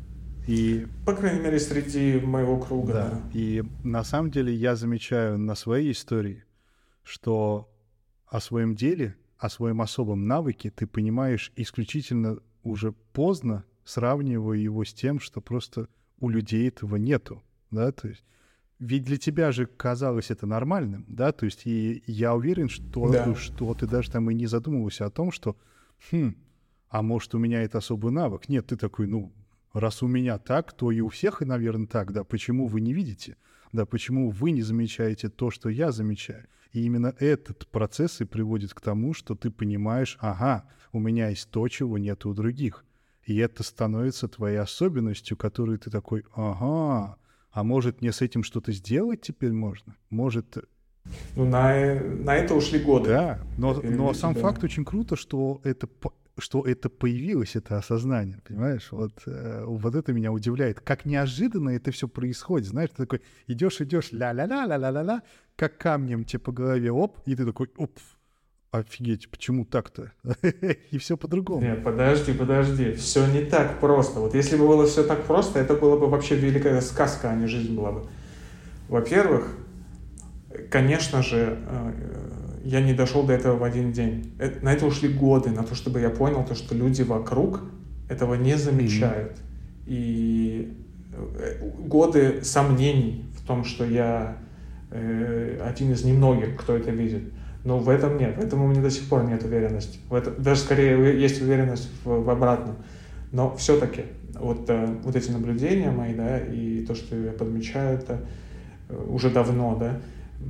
И По крайней мере, среди моего круга. да, Да. и на самом деле я замечаю на своей истории, что о своем деле, о своем особом навыке ты понимаешь исключительно уже поздно, сравнивая его с тем, что просто у людей этого нету, да, то есть ведь для тебя же казалось это нормальным, да, то есть и я уверен, что, Да. что ты даже там и не задумывался о том, что, хм, а может у меня это особый навык? Нет, ты такой, ну, раз у меня так, то и у всех, и, наверное, так, да, почему вы не видите? да, почему вы не замечаете то, что я замечаю. И именно этот процесс и приводит к тому, что ты понимаешь, ага, у меня есть то, чего нет у других. И это становится твоей особенностью, которую ты такой, ага, а может мне с этим что-то сделать теперь можно? Может... Ну, на, на это ушли годы. Да, но, но сам да. факт очень круто, что это, что это появилось, это осознание, понимаешь? Вот, э, вот это меня удивляет. Как неожиданно это все происходит. Знаешь, ты такой идешь, идешь, ля-ля-ля-ля-ля-ля-ля, как камнем тебе по голове, оп, и ты такой, оп, офигеть, почему так-то? И все по-другому. Нет, подожди, подожди, все не так просто. Вот если бы было все так просто, это была бы вообще великая сказка, а не жизнь была бы. Во-первых, конечно же, я не дошел до этого в один день. На это ушли годы, на то, чтобы я понял, то, что люди вокруг этого не замечают. Mm-hmm. И годы сомнений в том, что я один из немногих, кто это видит. Но в этом нет. В этом у меня до сих пор нет уверенности. В этом, даже скорее есть уверенность в, в обратном. Но все-таки вот, вот эти наблюдения мои, да, и то, что я подмечаю, это уже давно, да,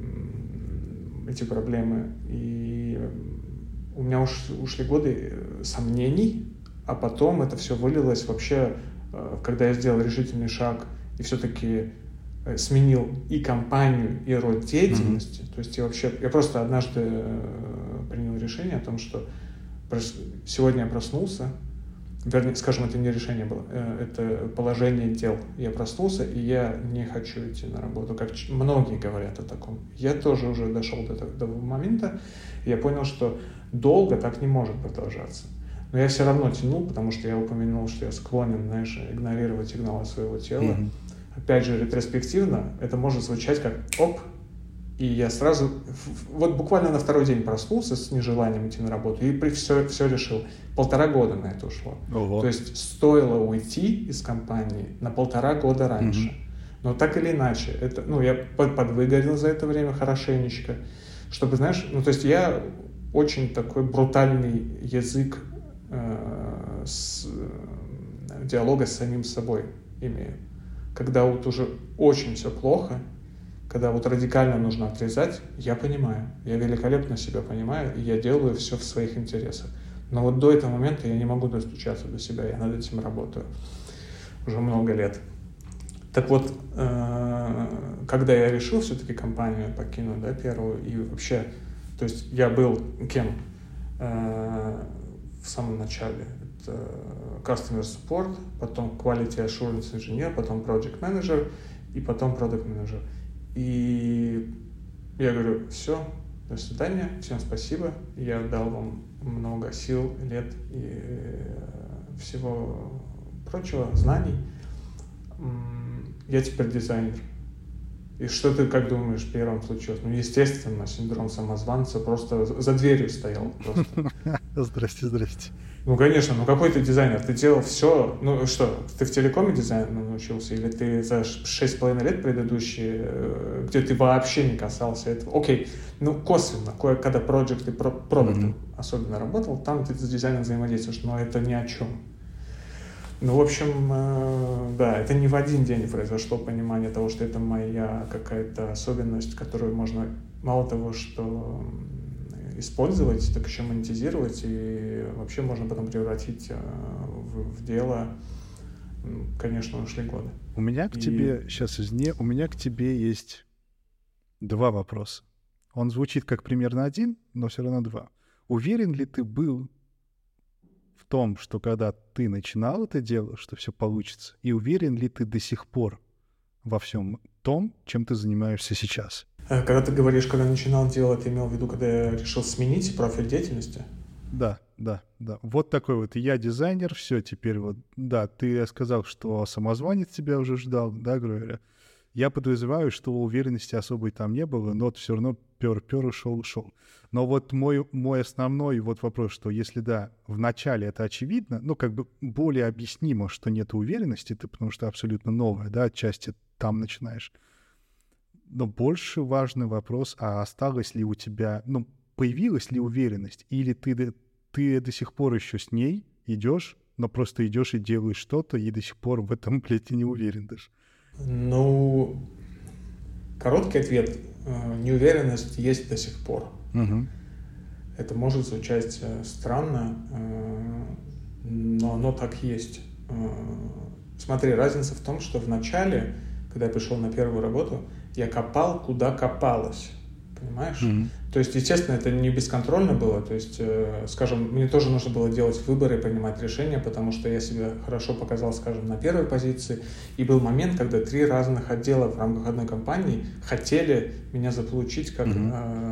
эти проблемы. И у меня уж, ушли годы сомнений, а потом это все вылилось вообще, когда я сделал решительный шаг и все-таки сменил и компанию, и род деятельности. Mm-hmm. То есть я вообще, я просто однажды принял решение о том, что сегодня я проснулся, вернее, скажем, это не решение было, это положение дел. Я проснулся, и я не хочу идти на работу, как многие говорят о таком. Я тоже уже дошел до того момента, и я понял, что долго так не может продолжаться. Но я все равно тянул, потому что я упомянул, что я склонен, знаешь, игнорировать сигналы своего тела. Mm-hmm. Опять же, ретроспективно это может звучать как «оп», и я сразу, вот буквально на второй день проснулся с нежеланием идти на работу, и все, все решил. Полтора года на это ушло. Ого. То есть стоило уйти из компании на полтора года раньше. Mm-hmm. Но так или иначе, это, ну, я подвыгорел за это время хорошенечко, чтобы, знаешь, ну, то есть я очень такой брутальный язык э, с, э, диалога с самим собой имею. Когда вот уже очень все плохо, когда вот радикально нужно отрезать, я понимаю, я великолепно себя понимаю, и я делаю все в своих интересах. Но вот до этого момента я не могу достучаться до себя, я над этим работаю уже много лет. Так вот, когда я решил все-таки компанию покинуть, да, первую, и вообще, то есть я был кем в самом начале? Customer Support, потом Quality Assurance Engineer, потом Project Manager и потом Product Manager. И я говорю, все, до свидания, всем спасибо, я дал вам много сил, лет и всего прочего, знаний. Я теперь дизайнер. И что ты, как думаешь, первым случилось? Ну, естественно, синдром самозванца просто за дверью стоял. Просто. Здрасте, здрасте. Ну, конечно, ну какой ты дизайнер? Ты делал все, ну что, ты в телекоме дизайну научился? Или ты за шесть с половиной лет предыдущие, где ты вообще не касался этого? Окей, ну косвенно, когда проект и продуктом mm-hmm. особенно работал, там ты с дизайном взаимодействуешь, но это ни о чем. Ну, в общем, да, это не в один день произошло понимание того, что это моя какая-то особенность, которую можно мало того, что использовать, так еще монетизировать, и вообще можно потом превратить в, в дело. Конечно, ушли годы. У меня к и... тебе, сейчас извини, у меня к тебе есть два вопроса. Он звучит как примерно один, но все равно два. Уверен ли ты был в том, что когда ты начинал это дело, что все получится, и уверен ли ты до сих пор во всем том, чем ты занимаешься сейчас? Когда ты говоришь, когда начинал делать, ты имел в виду, когда я решил сменить профиль деятельности? Да, да, да. Вот такой вот я дизайнер, все, теперь вот, да, ты сказал, что самозванец тебя уже ждал, да, говоря. Я подозреваю, что уверенности особой там не было, но все равно пер-пер, ушел-ушел. Но вот мой, мой основной вот вопрос, что если, да, в начале это очевидно, ну, как бы более объяснимо, что нет уверенности, ты, потому что абсолютно новое, да, отчасти там начинаешь. Но больше важный вопрос, а осталась ли у тебя, ну, появилась ли уверенность, или ты, ты до сих пор еще с ней идешь, но просто идешь и делаешь что-то, и до сих пор в этом, блядь, и не уверен даже. Ну, Короткий ответ. э, Неуверенность есть до сих пор. Мгм. Это может звучать э, странно, э, но оно так есть. Э, Смотри, разница в том, что в начале, когда я пришел на первую работу, я копал, куда копалось. Понимаешь? Мгм. То есть, естественно, это не бесконтрольно было. То есть, э, скажем, мне тоже нужно было делать выборы, принимать решения, потому что я себя хорошо показал, скажем, на первой позиции. И был момент, когда три разных отдела в рамках одной компании хотели меня заполучить как Мгм.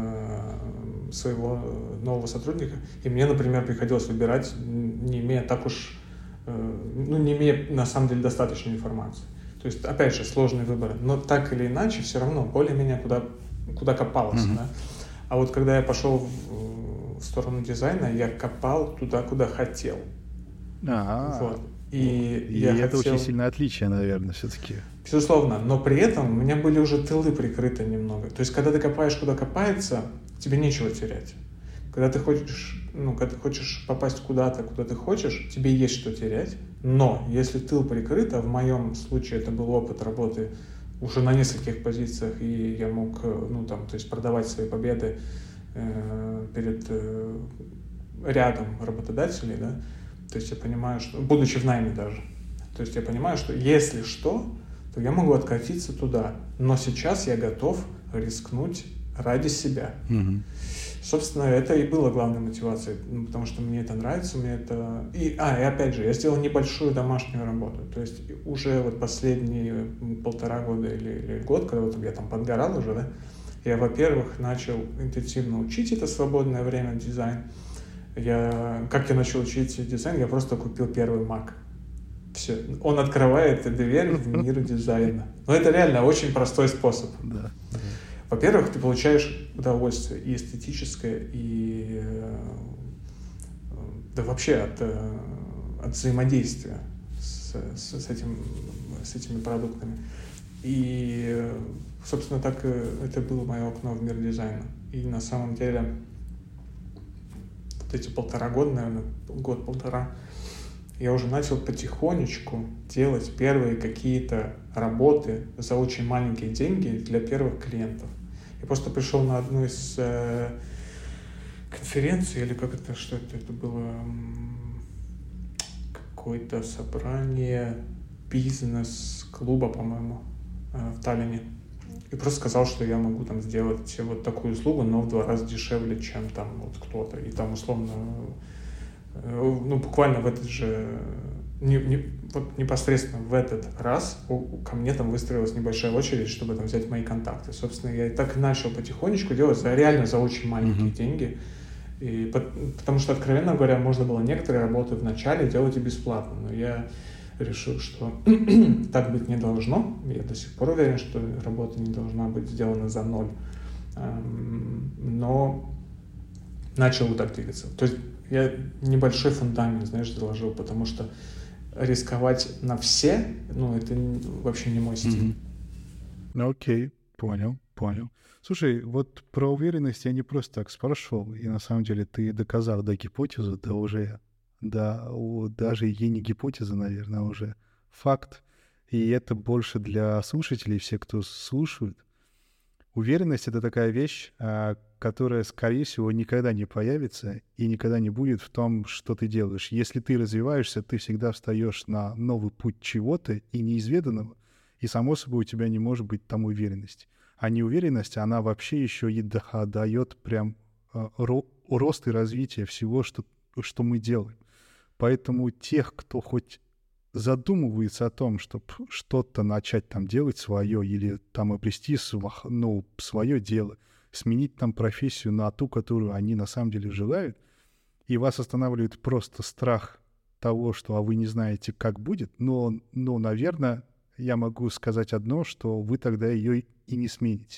э, своего нового сотрудника. И мне, например, приходилось выбирать, м, не имея так уж, э, ну, не имея на самом деле достаточной информации. То есть, опять же, сложные выборы. Но так или иначе, все равно более-менее куда, куда копалось. Мгм. Да? А вот когда я пошел в, в сторону дизайна, я копал туда, куда хотел. А, Вот. И, И я это хотел... очень сильное отличие, наверное, все-таки. Безусловно, но при этом у меня были уже тылы прикрыты немного. То есть, когда ты копаешь, куда копается, тебе нечего терять. Когда ты хочешь, ну, когда ты хочешь попасть куда-то, куда ты хочешь, тебе есть что терять. Но если тыл прикрыт, а в моем случае это был опыт работы уже на нескольких позициях, и я мог, э, ну, там, то есть продавать свои победы э, перед э, рядом работодателей, да, то есть я понимаю, что, будучи в найме даже, то есть я понимаю, что если что, то я могу откатиться туда, но сейчас я готов рискнуть ради себя. Мгм. Собственно, это и было главной мотивацией, ну, потому что мне это нравится, мне это... И, а, и опять же, я сделал небольшую домашнюю работу, то есть уже вот последние полтора года или, или год, когда вот я там подгорал уже, да, я, во-первых, начал интенсивно учить это свободное время дизайн. Я, как я начал учить дизайн, я просто купил первый Mac. Все. Он открывает дверь в мир дизайна. Но это реально очень простой способ. Да. да. Во-первых, ты получаешь удовольствие и эстетическое, и э, да вообще от, э, от взаимодействия с, с, с, этим, с этими продуктами. И, э, собственно, так э, это было мое окно в мир дизайна. И на самом деле вот эти полтора года, наверное, год-полтора, я уже начал потихонечку делать первые какие-то работы за очень маленькие деньги для первых клиентов. Я просто пришел на одну из э, конференций, или как это, что это, это было м, какое-то собрание бизнес-клуба, по-моему, э, в Таллине. И просто сказал, что я могу там сделать вот такую услугу, но в два раза дешевле, чем там вот кто-то. И там условно, э, ну буквально в этот же, не, не, вот непосредственно в этот раз у, у- ко мне там выстроилась небольшая очередь, чтобы там взять мои контакты. Собственно, я и так и начал потихонечку делать за реально за очень маленькие Мгм. деньги. И по- потому что, откровенно говоря, можно было некоторые работы в начале делать и бесплатно, но я решил, что так быть не должно. Я до сих пор уверен, что работа не должна быть сделана за ноль. Эм, Но начал вот так двигаться. То есть я небольшой фундамент, знаешь, заложил, потому что рисковать на все, ну, это н- вообще не мой стиль. Мгм. Ну, окей, понял, понял. Слушай, вот про уверенность я не просто так спрашивал, и на самом деле ты доказал, да, гипотезу, да уже, да, у- даже и не гипотеза, наверное, а уже факт. И это больше для слушателей, все, кто слушают. Уверенность — это такая вещь, а, которая, скорее всего, никогда не появится и никогда не будет в том, что ты делаешь. Если ты развиваешься, ты всегда встаешь на новый путь чего-то и неизведанного, и, само собой, у тебя не может быть там уверенности. А неуверенность, она вообще еще и да- дает прям а, ро- рост и развитие всего, что, что мы делаем. Поэтому тех, кто хоть задумывается о том, чтобы что-то начать там делать свое или там обрести сва- ну, свое дело, сменить там профессию на ту, которую они на самом деле желают, и вас останавливает просто страх того, что а вы не знаете, как будет, но, но, наверное, я могу сказать одно, что вы тогда ее и не смените.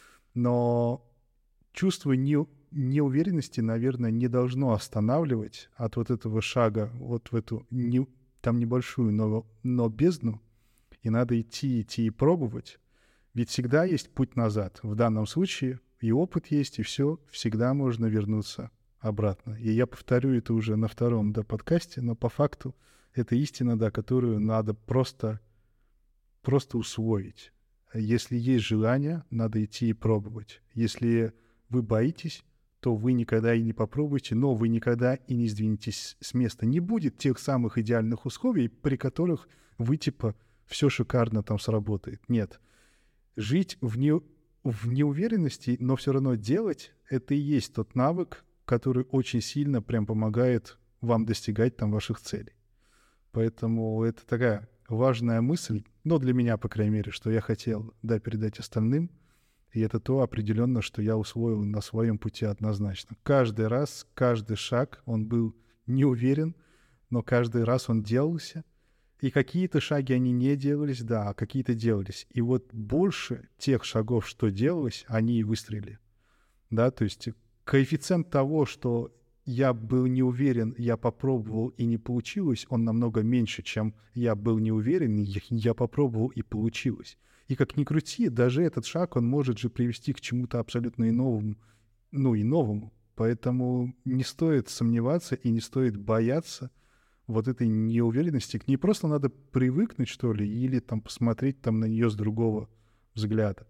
Но чувство не, неуверенности, наверное, не должно останавливать от вот этого шага, вот в эту не, там небольшую, но, но бездну, и надо идти, идти и пробовать. Ведь всегда есть путь назад. В данном случае и опыт есть, и все, всегда можно вернуться обратно. И я повторю это уже на втором, да, подкасте, но по факту это истина, да, которую надо просто, просто усвоить. Если есть желание, надо идти и пробовать. Если вы боитесь, то вы никогда и не попробуете, но вы никогда и не сдвинетесь с места. Не будет тех самых идеальных условий, при которых вы, типа, все шикарно там сработает. Нет. Жить в, не, в неуверенности, но все равно делать, это и есть тот навык, который очень сильно прям помогает вам достигать там ваших целей. Поэтому это такая важная мысль, но для меня, по крайней мере, что я хотел, да, передать остальным. И это то определенно, что я усвоил на своем пути однозначно. Каждый раз, каждый шаг, он был не уверен, но каждый раз он делался. И какие-то шаги, они не делались, да, а какие-то делались. И вот больше тех шагов, что делалось, они и выстрелили. Да, то есть коэффициент того, что я был не уверен, я попробовал и не получилось, он намного меньше, чем я был не уверен, и я попробовал и получилось. И как ни крути, даже этот шаг, он может же привести к чему-то абсолютно иному, ну и новому. Поэтому не стоит сомневаться и не стоит бояться вот этой неуверенности. К ней просто надо привыкнуть, что ли, или там посмотреть там на нее с другого взгляда.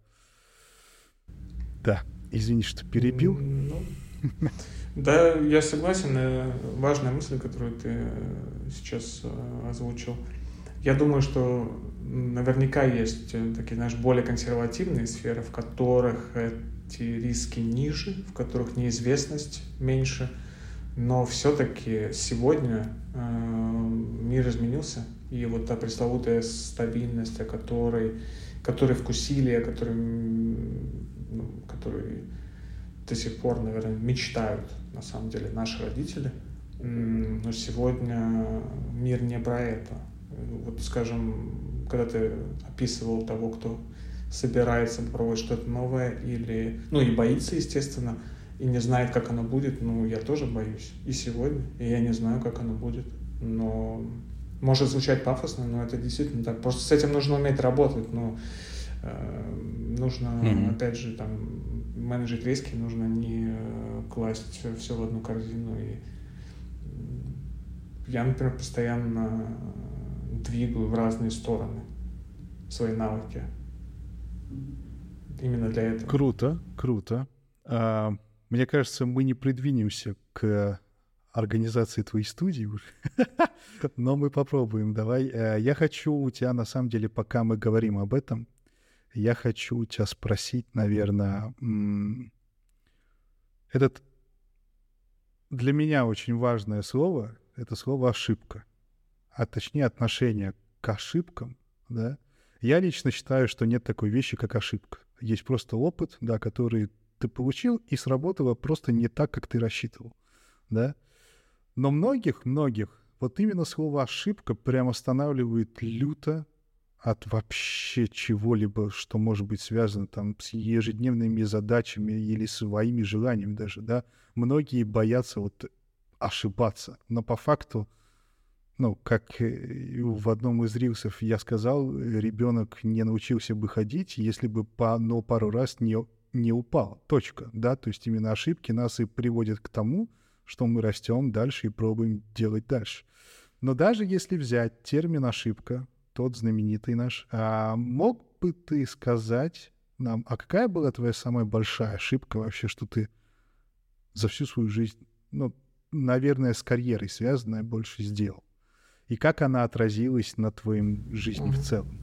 Да, извини, что перебил. Ну, да, я согласен. Важная мысль, которую ты сейчас озвучил. Я думаю, что наверняка есть такие, знаешь, более консервативные сферы, в которых эти риски ниже, в которых неизвестность меньше. Но все-таки сегодня э, мир изменился, и вот та пресловутая стабильность, о которой, которой вкусили, о которой, ну, которой до сих пор, наверное, мечтают, на самом деле, наши родители. Но сегодня мир не про это. Вот, скажем, когда ты описывал того, кто собирается пробовать что-то новое, или, ну, и боится, естественно, и не знает, как оно будет, ну, я тоже боюсь. И сегодня, и я не знаю, как оно будет. Но может звучать пафосно, но это действительно так. Просто с этим нужно уметь работать, но э, нужно, mm-hmm. опять же, там, менеджить риски, нужно не класть все в одну корзину. И я, например, постоянно двигаю в разные стороны свои навыки. Именно для этого. Круто, круто. А, мне кажется, мы не придвинемся к организации твоей студии уже, но мы попробуем. Давай. Я хочу у тебя, на самом деле, пока мы говорим об этом, я хочу у тебя спросить, наверное, этот для меня очень важное слово, это слово «ошибка», а точнее отношение к ошибкам, да. Я лично считаю, что нет такой вещи, как ошибка. Есть просто опыт, да, который ты получил, и сработало просто не так, как ты рассчитывал, да. Но многих-многих вот именно слово «ошибка» прям останавливает люто от вообще чего-либо, что может быть связано там с ежедневными задачами или своими желаниями даже, да. Многие боятся вот ошибаться, но по факту, ну, как в одном из рилсов я сказал, ребенок не научился бы ходить, если бы по, но пару раз не, не упал. Точка, да, то есть именно ошибки нас и приводят к тому, что мы растем дальше и пробуем делать дальше. Но даже если взять термин «ошибка», тот знаменитый наш, а мог бы ты сказать нам, а какая была твоя самая большая ошибка вообще, что ты за всю свою жизнь, ну, наверное, с карьерой связанная, больше сделал? И как она отразилась на твоей жизни в целом?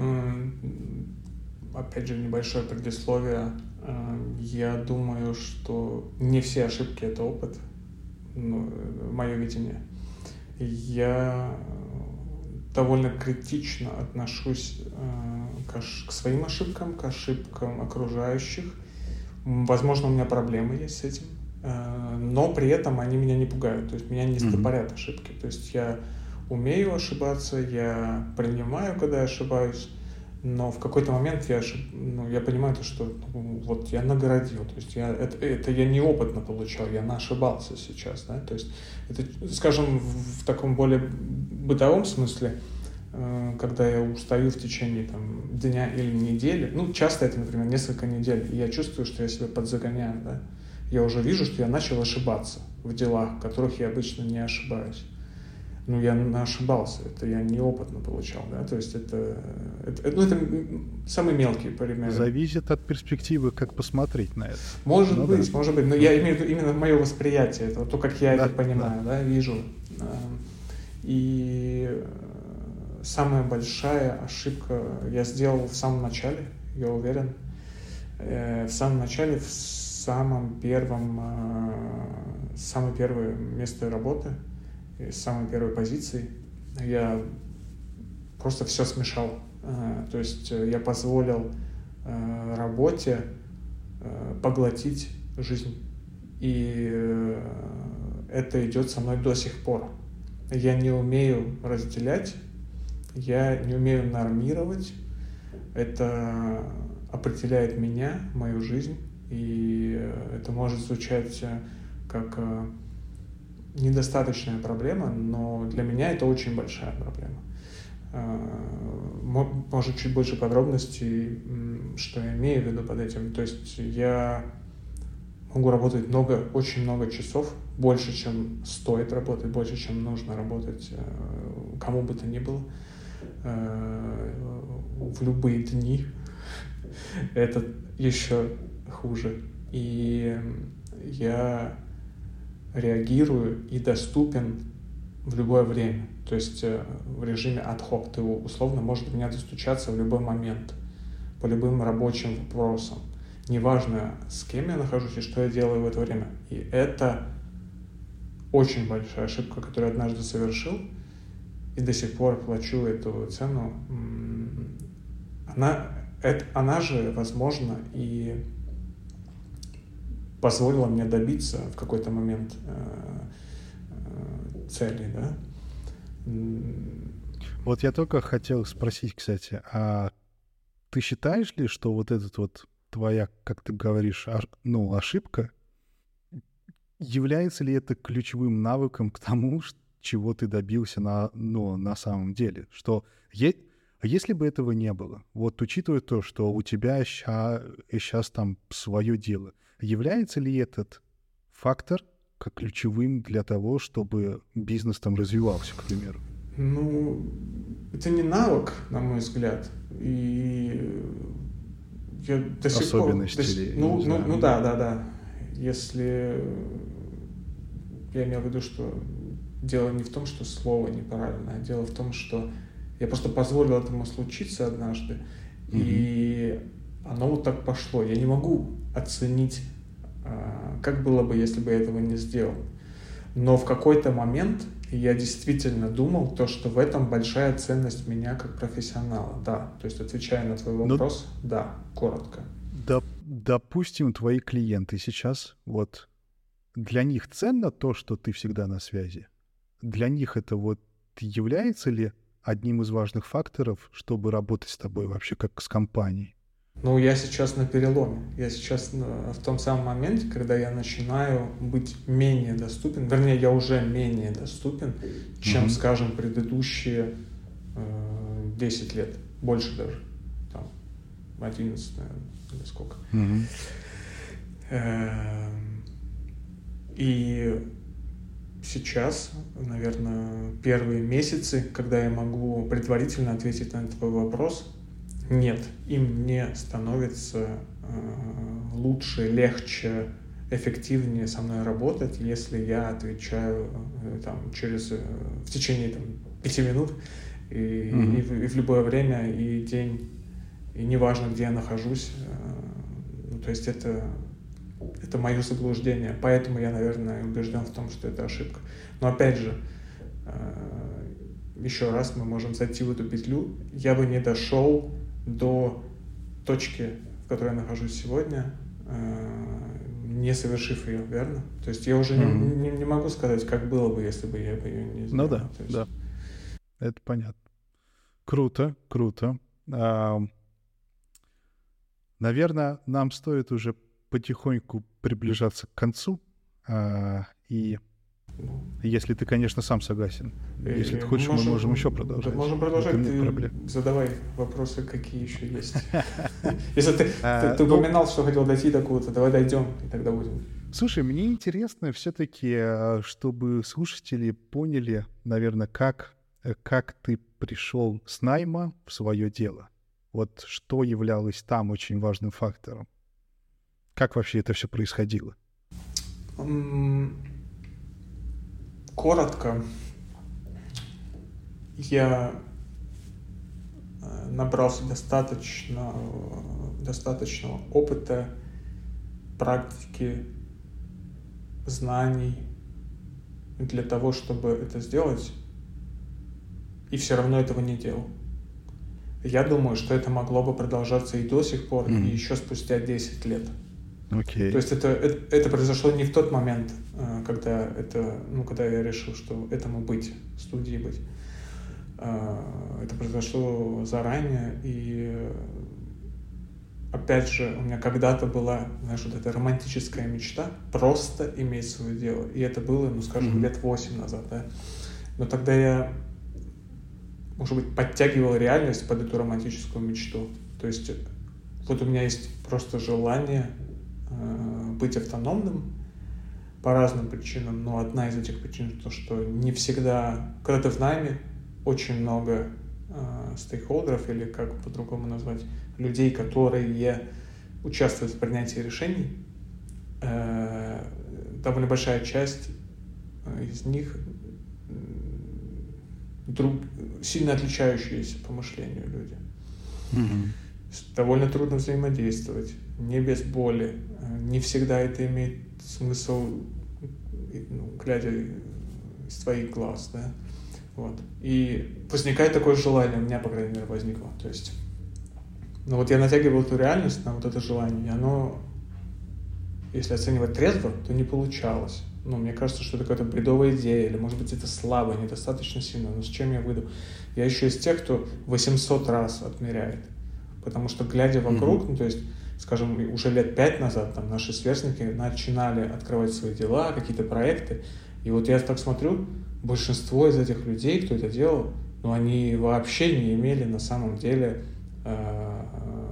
Опять же, небольшое предисловие. Я думаю, что не все ошибки — это опыт, ну, мое видение. Я довольно критично отношусь к, к своим ошибкам, к ошибкам окружающих. Возможно, у меня проблемы есть с этим, но при этом они меня не пугают, то есть меня не стопорят mm-hmm. ошибки. То есть я умею ошибаться, я принимаю, когда я ошибаюсь, но в какой-то момент я, ошиб... ну, я понимаю, то, что ну, вот я нагородил, то есть я, это, это я неопытно получал, я наошибался сейчас, да, то есть это, скажем, в таком более бытовом смысле, э, когда я устаю в течение там, дня или недели, ну, часто это, например, несколько недель, и я чувствую, что я себя подзагоняю, да, я уже вижу, что я начал ошибаться в делах, в которых я обычно не ошибаюсь. ну, я ошибался, это я неопытно получал, да, то есть это, это, это, ну, это самые мелкие примеры. Зависит от перспективы, как посмотреть на это. Может Ну быть, да. может быть, но я имею в виду именно мое восприятие, это то, как я Да, это понимаю, да, вижу. А, И самая большая ошибка я сделал в самом начале, я уверен, Э, в самом начале, в самом первом, э, самое первое место работы, и с самой первой позиции я просто все смешал. Э, То есть э, я позволил э, работе э, поглотить жизнь. И э, это идет со мной до сих пор. Я не умею разделять, я не умею нормировать. Это определяет меня, мою жизнь, и это может звучать как недостаточная проблема, но для меня это очень большая проблема. Может, чуть больше подробностей, что я имею в виду под этим. То есть я могу работать много, очень много часов, больше, чем стоит работать, больше, чем нужно работать кому бы то ни было, в любые дни. Это еще хуже. И я реагирую и доступен в любое время. То есть в режиме ad-hoc ты условно можешь до меня достучаться в любой момент по любым рабочим вопросам. Неважно, с кем я нахожусь и что я делаю в это время. И это очень большая ошибка, которую я однажды совершил, и до сих пор плачу эту цену. Она, это, она же, возможно, и позволила мне добиться в какой-то момент э, э, цели, да. Вот я только хотел спросить, кстати, а ты считаешь ли, что вот этот вот твоя, как ты говоришь, а, ну, ошибка, является ли это ключевым навыком к тому, чего ты добился на, ну, на самом деле? Что е- если бы этого не было, вот учитывая то, что у тебя сейчас там свое дело, является ли этот фактор как ключевым для того, чтобы бизнес там развивался, к примеру? Ну, это не навык, на мой взгляд. И я до сих пор... Особенность до, или, ну, не ну, знаю. ну да, да, да. Если... Я имел в виду, что дело не в том, что слово неправильное, а дело в том, что я просто позволил этому случиться однажды, mm-hmm. и оно вот так пошло. Я не могу оценить, как было бы, если бы я этого не сделал. Но в какой-то момент я действительно думал, то, что в этом большая ценность меня как профессионала. Да, то есть отвечая на твой вопрос, Но... да, коротко. Доп- допустим, твои клиенты сейчас, вот для них ценно то, что ты всегда на связи? Для них это вот является ли одним из важных факторов, чтобы работать с тобой вообще как с компанией? Ну, я сейчас на переломе. Я сейчас в том самом моменте, когда я начинаю быть менее доступен, вернее, я уже менее доступен, чем, mm-hmm. скажем, предыдущие э, десять лет. Больше даже. Там, одиннадцать, наверное, или сколько. Mm-hmm. Э, и сейчас, наверное, первые месяцы, когда я могу предварительно ответить на твой вопрос, нет, им не становится э, лучше, легче, эффективнее со мной работать, если я отвечаю э, там, через, э, в течение там, пяти минут и, mm-hmm. и, в, и в любое время, и день, и неважно, где я нахожусь. Э, ну, то есть это, это мое заблуждение, поэтому я, наверное, убежден в том, что это ошибка. Но опять же, э, еще раз мы можем зайти в эту петлю, я бы не дошел до точки, в которой я нахожусь сегодня, не совершив ее, верно? То есть я уже mm-hmm. не, не, не могу сказать, как было бы, если бы я бы ее не сделал. Ну да, есть... да. Это понятно. Круто, круто. А, наверное, нам стоит уже потихоньку приближаться к концу. А, и если ты, конечно, сам согласен. Если ты хочешь, можем, мы можем еще продолжать. Да, можем продолжать. Ты задавай вопросы, какие еще есть. Если ты упоминал, что хотел дойти до кого-то, давай дойдем, и тогда будем Слушай, мне интересно все-таки, чтобы слушатели поняли, наверное, как, э, как ты пришел с найма в свое дело. Вот что являлось там очень важным фактором? Как вообще это все происходило? М, Коротко, я э, набрался достаточно, достаточного опыта, практики, знаний для того, чтобы это сделать, и все равно этого не делал. Я думаю, что это могло бы продолжаться и до сих пор, Мгм. и еще спустя десять лет. Окей. То есть это, это, это произошло не в тот момент, э, когда, это, ну, когда я решил, что этому быть, студии быть. Э, Это произошло заранее, и э, опять же, у меня когда-то была, знаешь, вот эта романтическая мечта просто иметь свое дело. И это было, ну, скажем, Мгм. лет восемь назад, да. Но тогда я, может быть, подтягивал реальность под эту романтическую мечту. То есть вот у меня есть просто желание э, быть автономным по разным причинам, но одна из этих причин то, что не всегда, когда ты в найме, очень много э, стейкхолдеров, или как по-другому назвать, людей, которые участвуют в принятии решений. Э, довольно большая часть из них друг, сильно отличающиеся по мышлению люди. Мгм. Довольно трудно взаимодействовать, не без боли. Не всегда это имеет смысл, ну, глядя из твоих глаз, да. Вот. И возникает такое желание, у меня, по крайней мере, возникло. То есть, ну вот я натягивал эту реальность на вот это желание, и оно, если оценивать трезво, то не получалось. Ну, мне кажется, что это какая-то бредовая идея, или, может быть, это слабо, недостаточно сильно. Но с чем я выйду? Я еще из тех, кто восемьсот раз отмеряет. Потому что, глядя вокруг, mm-hmm. ну, то есть, скажем, уже лет пять назад там наши сверстники начинали открывать свои дела, какие-то проекты. И вот я так смотрю, большинство из этих людей, кто это делал, ну, они вообще не имели на самом деле э,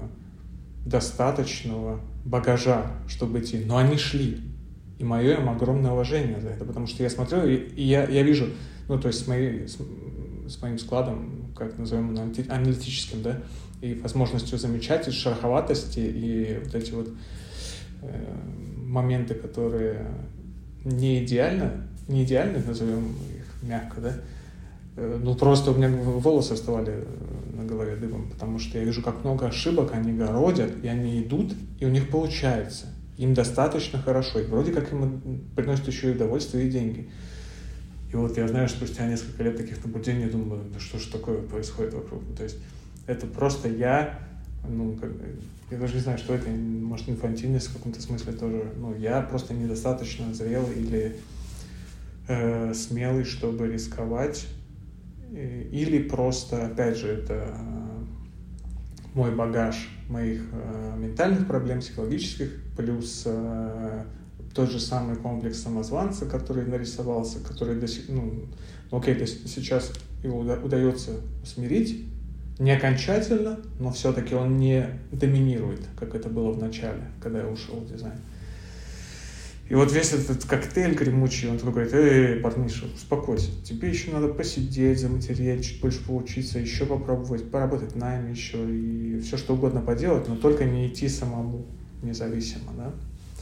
достаточного багажа, чтобы идти. Но они шли. И мое им огромное уважение за это, потому что я смотрю, и, и я, я вижу, ну, то есть с, моей, с, с моим складом, как назовем, аналитическим, да, и возможностью замечать и шероховатости, и вот эти вот э, моменты, которые не идеально, не идеальны, назовем их мягко, да, э, ну, просто у меня волосы вставали на голове дыбом, потому что я вижу, как много ошибок они городят, и они идут, и у них получается. Им достаточно хорошо, и вроде как им приносит еще и удовольствие, и деньги. И вот я знаю, что спустя несколько лет таких наблюдений думаю, да что ж такое происходит вокруг. То есть это просто я, ну, как, я даже не знаю, что это, может, инфантильность в каком-то смысле тоже. Ну, я просто недостаточно зрелый или э, смелый, чтобы рисковать. Или просто, опять же, это э, мой багаж моих э, ментальных проблем, психологических, плюс э, тот же самый комплекс самозванца, который нарисовался, который до сих, ну, окей, то есть сейчас его уда- удается смирить, не окончательно, но все-таки он не доминирует, как это было в начале, когда я ушел в дизайн. И вот весь этот коктейль гремучий, он такой говорит: эй, парниша, успокойся, тебе еще надо посидеть, заматереть, чуть больше поучиться, еще попробовать, поработать нами еще, и все что угодно поделать, но только не идти самому независимо, да.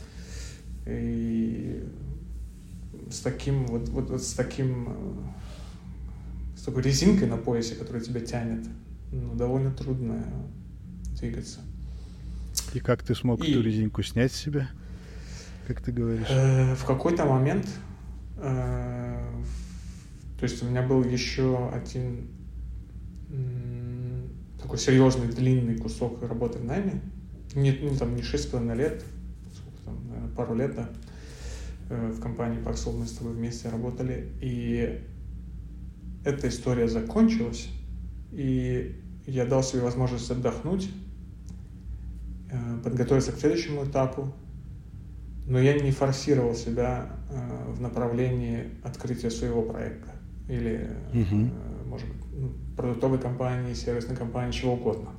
И с таким, вот, вот, вот с таким, с такой резинкой на поясе, которая тебя тянет, ну, довольно трудно двигаться. И как ты смог И... эту резинку снять с себя? Как ты говоришь? Э, в какой-то момент, э, то есть у меня был еще один м, такой серьезный, длинный кусок работы в найме, не, ну, там, не шесть с половиной лет, сколько там, наверное, пару лет, да, э, в компании Parksol мы с тобой вместе работали, и эта история закончилась, и я дал себе возможность отдохнуть, э, подготовиться к следующему этапу. Но я не форсировал себя э, в направлении открытия своего проекта. Или, uh-huh. э, может быть, ну, продуктовой компании, сервисной компании, чего угодно.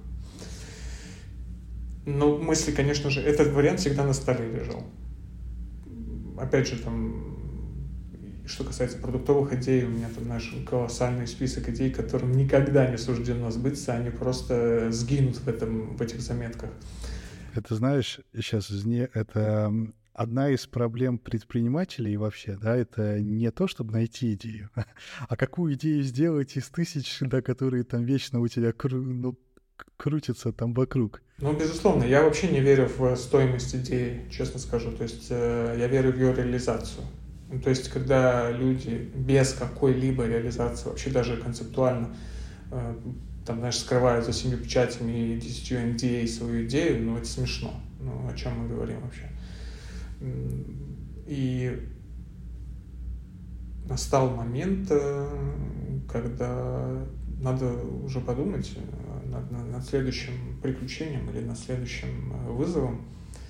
Но мысли, конечно же, этот вариант всегда на столе лежал. опять же, там, что касается продуктовых идей, у меня там, знаешь, колоссальный список идей, которым никогда не суждено сбыться, они просто сгинут в, этом, в этих заметках. Это, знаешь, сейчас извини, это м, одна из проблем предпринимателей вообще, да, это не то, чтобы найти идею, а какую идею сделать из тысяч, да, которые там вечно у тебя кру- ну, к- крутятся там вокруг. Ну, безусловно, я вообще не верю в стоимость идеи, честно скажу. То есть э, я верю в ее реализацию. Ну, то есть, когда люди без какой-либо реализации, вообще даже концептуально, э, там, знаешь, скрывают за семью печатями и десятью эн ди эй свою идею, ну, это смешно. Ну, о чем мы говорим вообще? М, И настал момент, э, когда надо уже подумать э, над, над- над следующим приключением или над следующим э, вызовом.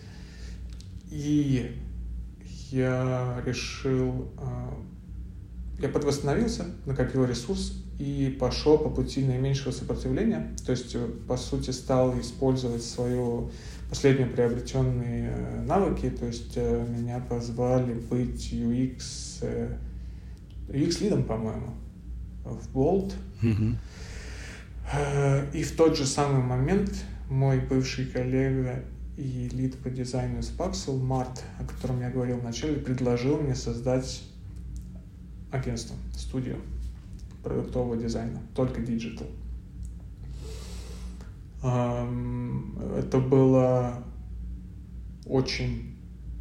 И я решил, э, я подвосстановился, накопил ресурс и пошел по пути наименьшего сопротивления. То есть, э, по сути, стал использовать свою последние приобретенные э, навыки. То есть, э, меня позвали быть ю экс, э, ю экс-лидом, по-моему, в Bolt. Мгм. Э, И в тот же самый момент мой бывший коллега и лид по дизайну из Paxel, Март, о котором я говорил вначале, предложил мне создать агентство, студию продуктового дизайна, только диджитал. Эм, Это было очень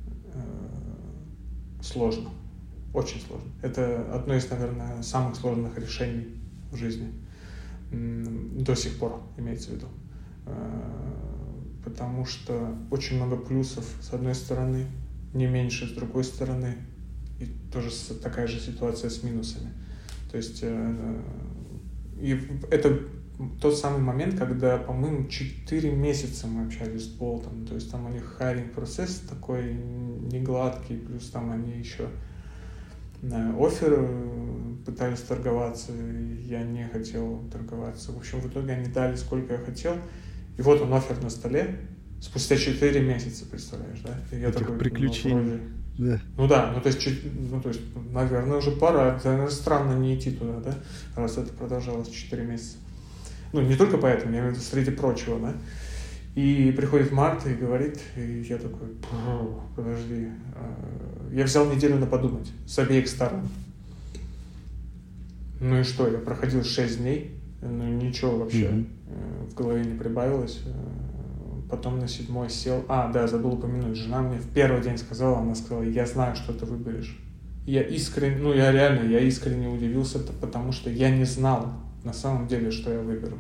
э, сложно, очень сложно. Это одно из, наверное, самых сложных решений в жизни. М, До сих пор, имеется в виду. Э, Потому что очень много плюсов с одной стороны, не меньше с другой стороны. И тоже с- такая же ситуация с минусами. То есть э, и в- это тот самый момент, когда, по-моему, четыре месяца мы общались с Болтом. То есть там у них хайринг процесс такой негладкий, плюс там они еще на оффер э, пытались торговаться, и я не хотел торговаться. В общем, в итоге они дали сколько я хотел, и вот он оффер на столе спустя четыре месяца, представляешь, да? И я Этих такой, ну, приключений. вроде- Да. ну да, ну то есть, чуть- ну, то есть, наверное, уже пора. Это, наверное, странно не идти туда, да, раз это продолжалось четыре месяца. Ну, не только поэтому, я имею в виду среди прочего, да. И приходит Март и говорит, и я такой, «Пф, подожди, а, я взял неделю на подумать с обеих сторон. Ну и что, я проходил шесть дней, ну ничего вообще Мгм. э, в голове не прибавилось. Э, Потом на седьмой сел. А, да, забыл упомянуть. Жена мне в первый день сказала, она сказала, я знаю, что ты выберешь. И я искренне, ну я реально, я искренне удивился, т- потому что я не знал на самом деле, что я выберу.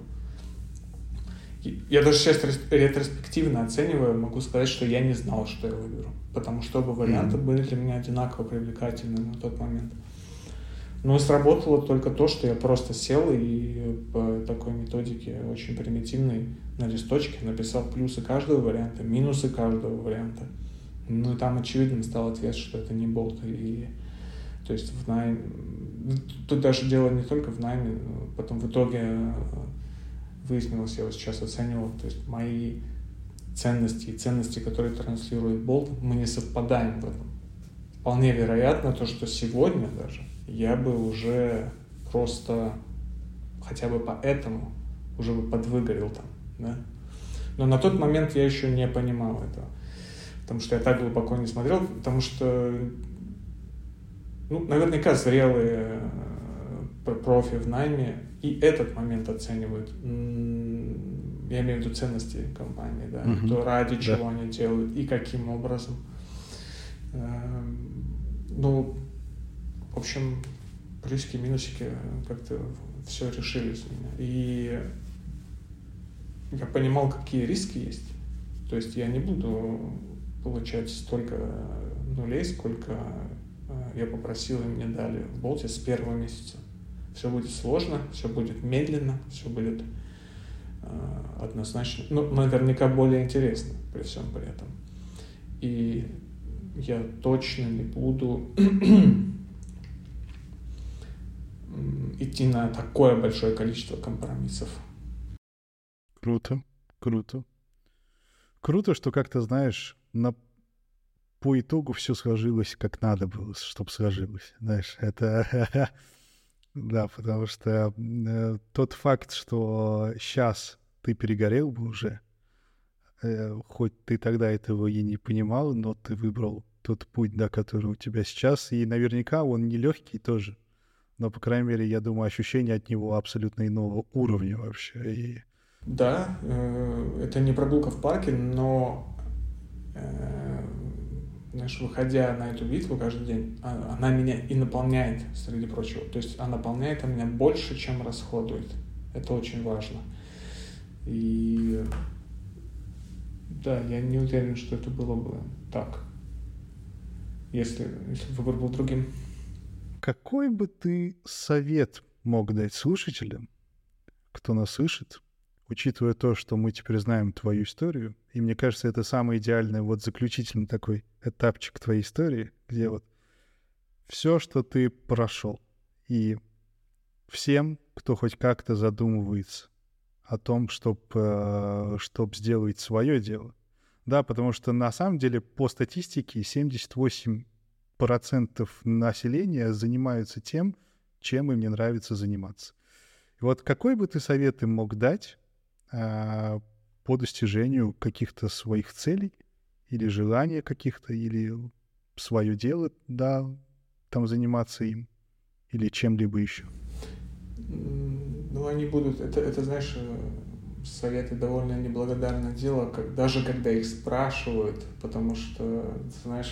И я даже сейчас рес- ретроспективно оценивая, могу сказать, что я не знал, что я выберу. Потому что оба варианта Мгм. были для меня одинаково привлекательны на тот момент. Но и сработало только то, что я просто сел и по такой методике очень примитивной на листочке написал плюсы каждого варианта, минусы каждого варианта. Ну и там очевидным стал ответ, что это не болт. И, то есть в найме... Тут даже дело не только в найме, но потом в итоге э, выяснилось, я вот сейчас оценивал, то есть мои ценности и ценности, которые транслирует болт, мы не совпадаем в этом. Вполне вероятно то, что сегодня даже я бы уже просто хотя бы поэтому уже бы подвыгорел там, да. Но на тот момент я еще не понимал этого, потому что я так глубоко не смотрел, потому что, ну, наверняка зрелые э, профи в найме и этот момент оценивают. М, Я имею в виду ценности компании, да, Мгм. то ради Да. чего они делают и каким образом. Эм, Ну, в общем, плюсики, минусики как-то все решились у меня. И я понимал, какие риски есть. То есть я не буду получать столько нулей, сколько э, я попросил, и мне дали в Болте с первого месяца. Все будет сложно, все будет медленно, все будет э, однозначно, ну, наверняка более интересно при всем при этом. И я точно не буду идти на такое большое количество компромиссов. Круто, круто. Круто, что как-то, знаешь, на по итогу все сложилось как надо было, чтобы сложилось. Знаешь, это... Да, потому что э, тот факт, что сейчас ты перегорел бы уже, э, хоть ты тогда этого и не понимал, но ты выбрал тот путь, да, который у тебя сейчас, и наверняка он нелегкий тоже. Но, по крайней мере, я думаю, ощущение от него абсолютно иного уровня вообще. И Да, э, это не прогулка в парке, но, э, знаешь, выходя на эту битву каждый день, а- она меня и наполняет, среди прочего. То есть она наполняет меня больше, чем расходует. Это очень важно. И да, я не уверен, что это было бы так, если, если бы выбор был другим. какой бы ты совет мог дать слушателям, кто нас слышит, учитывая то, что мы теперь знаем твою историю, и мне кажется, это самый идеальный вот заключительный такой этапчик твоей истории, где вот все, что ты прошел, и всем, кто хоть как-то задумывается о том, чтобы чтоб сделать свое дело. Да, потому что на самом деле по статистике семьдесят восемь процентов населения занимаются тем, чем им не нравится заниматься. И вот какой бы ты совет им мог дать а, по достижению каких-то своих целей или желания каких-то, или свое дело, да, там заниматься им, или чем-либо еще? М, Ну, они будут, это, это, знаешь, э, советы довольно неблагодарное дело, как, даже когда их спрашивают, потому что, знаешь,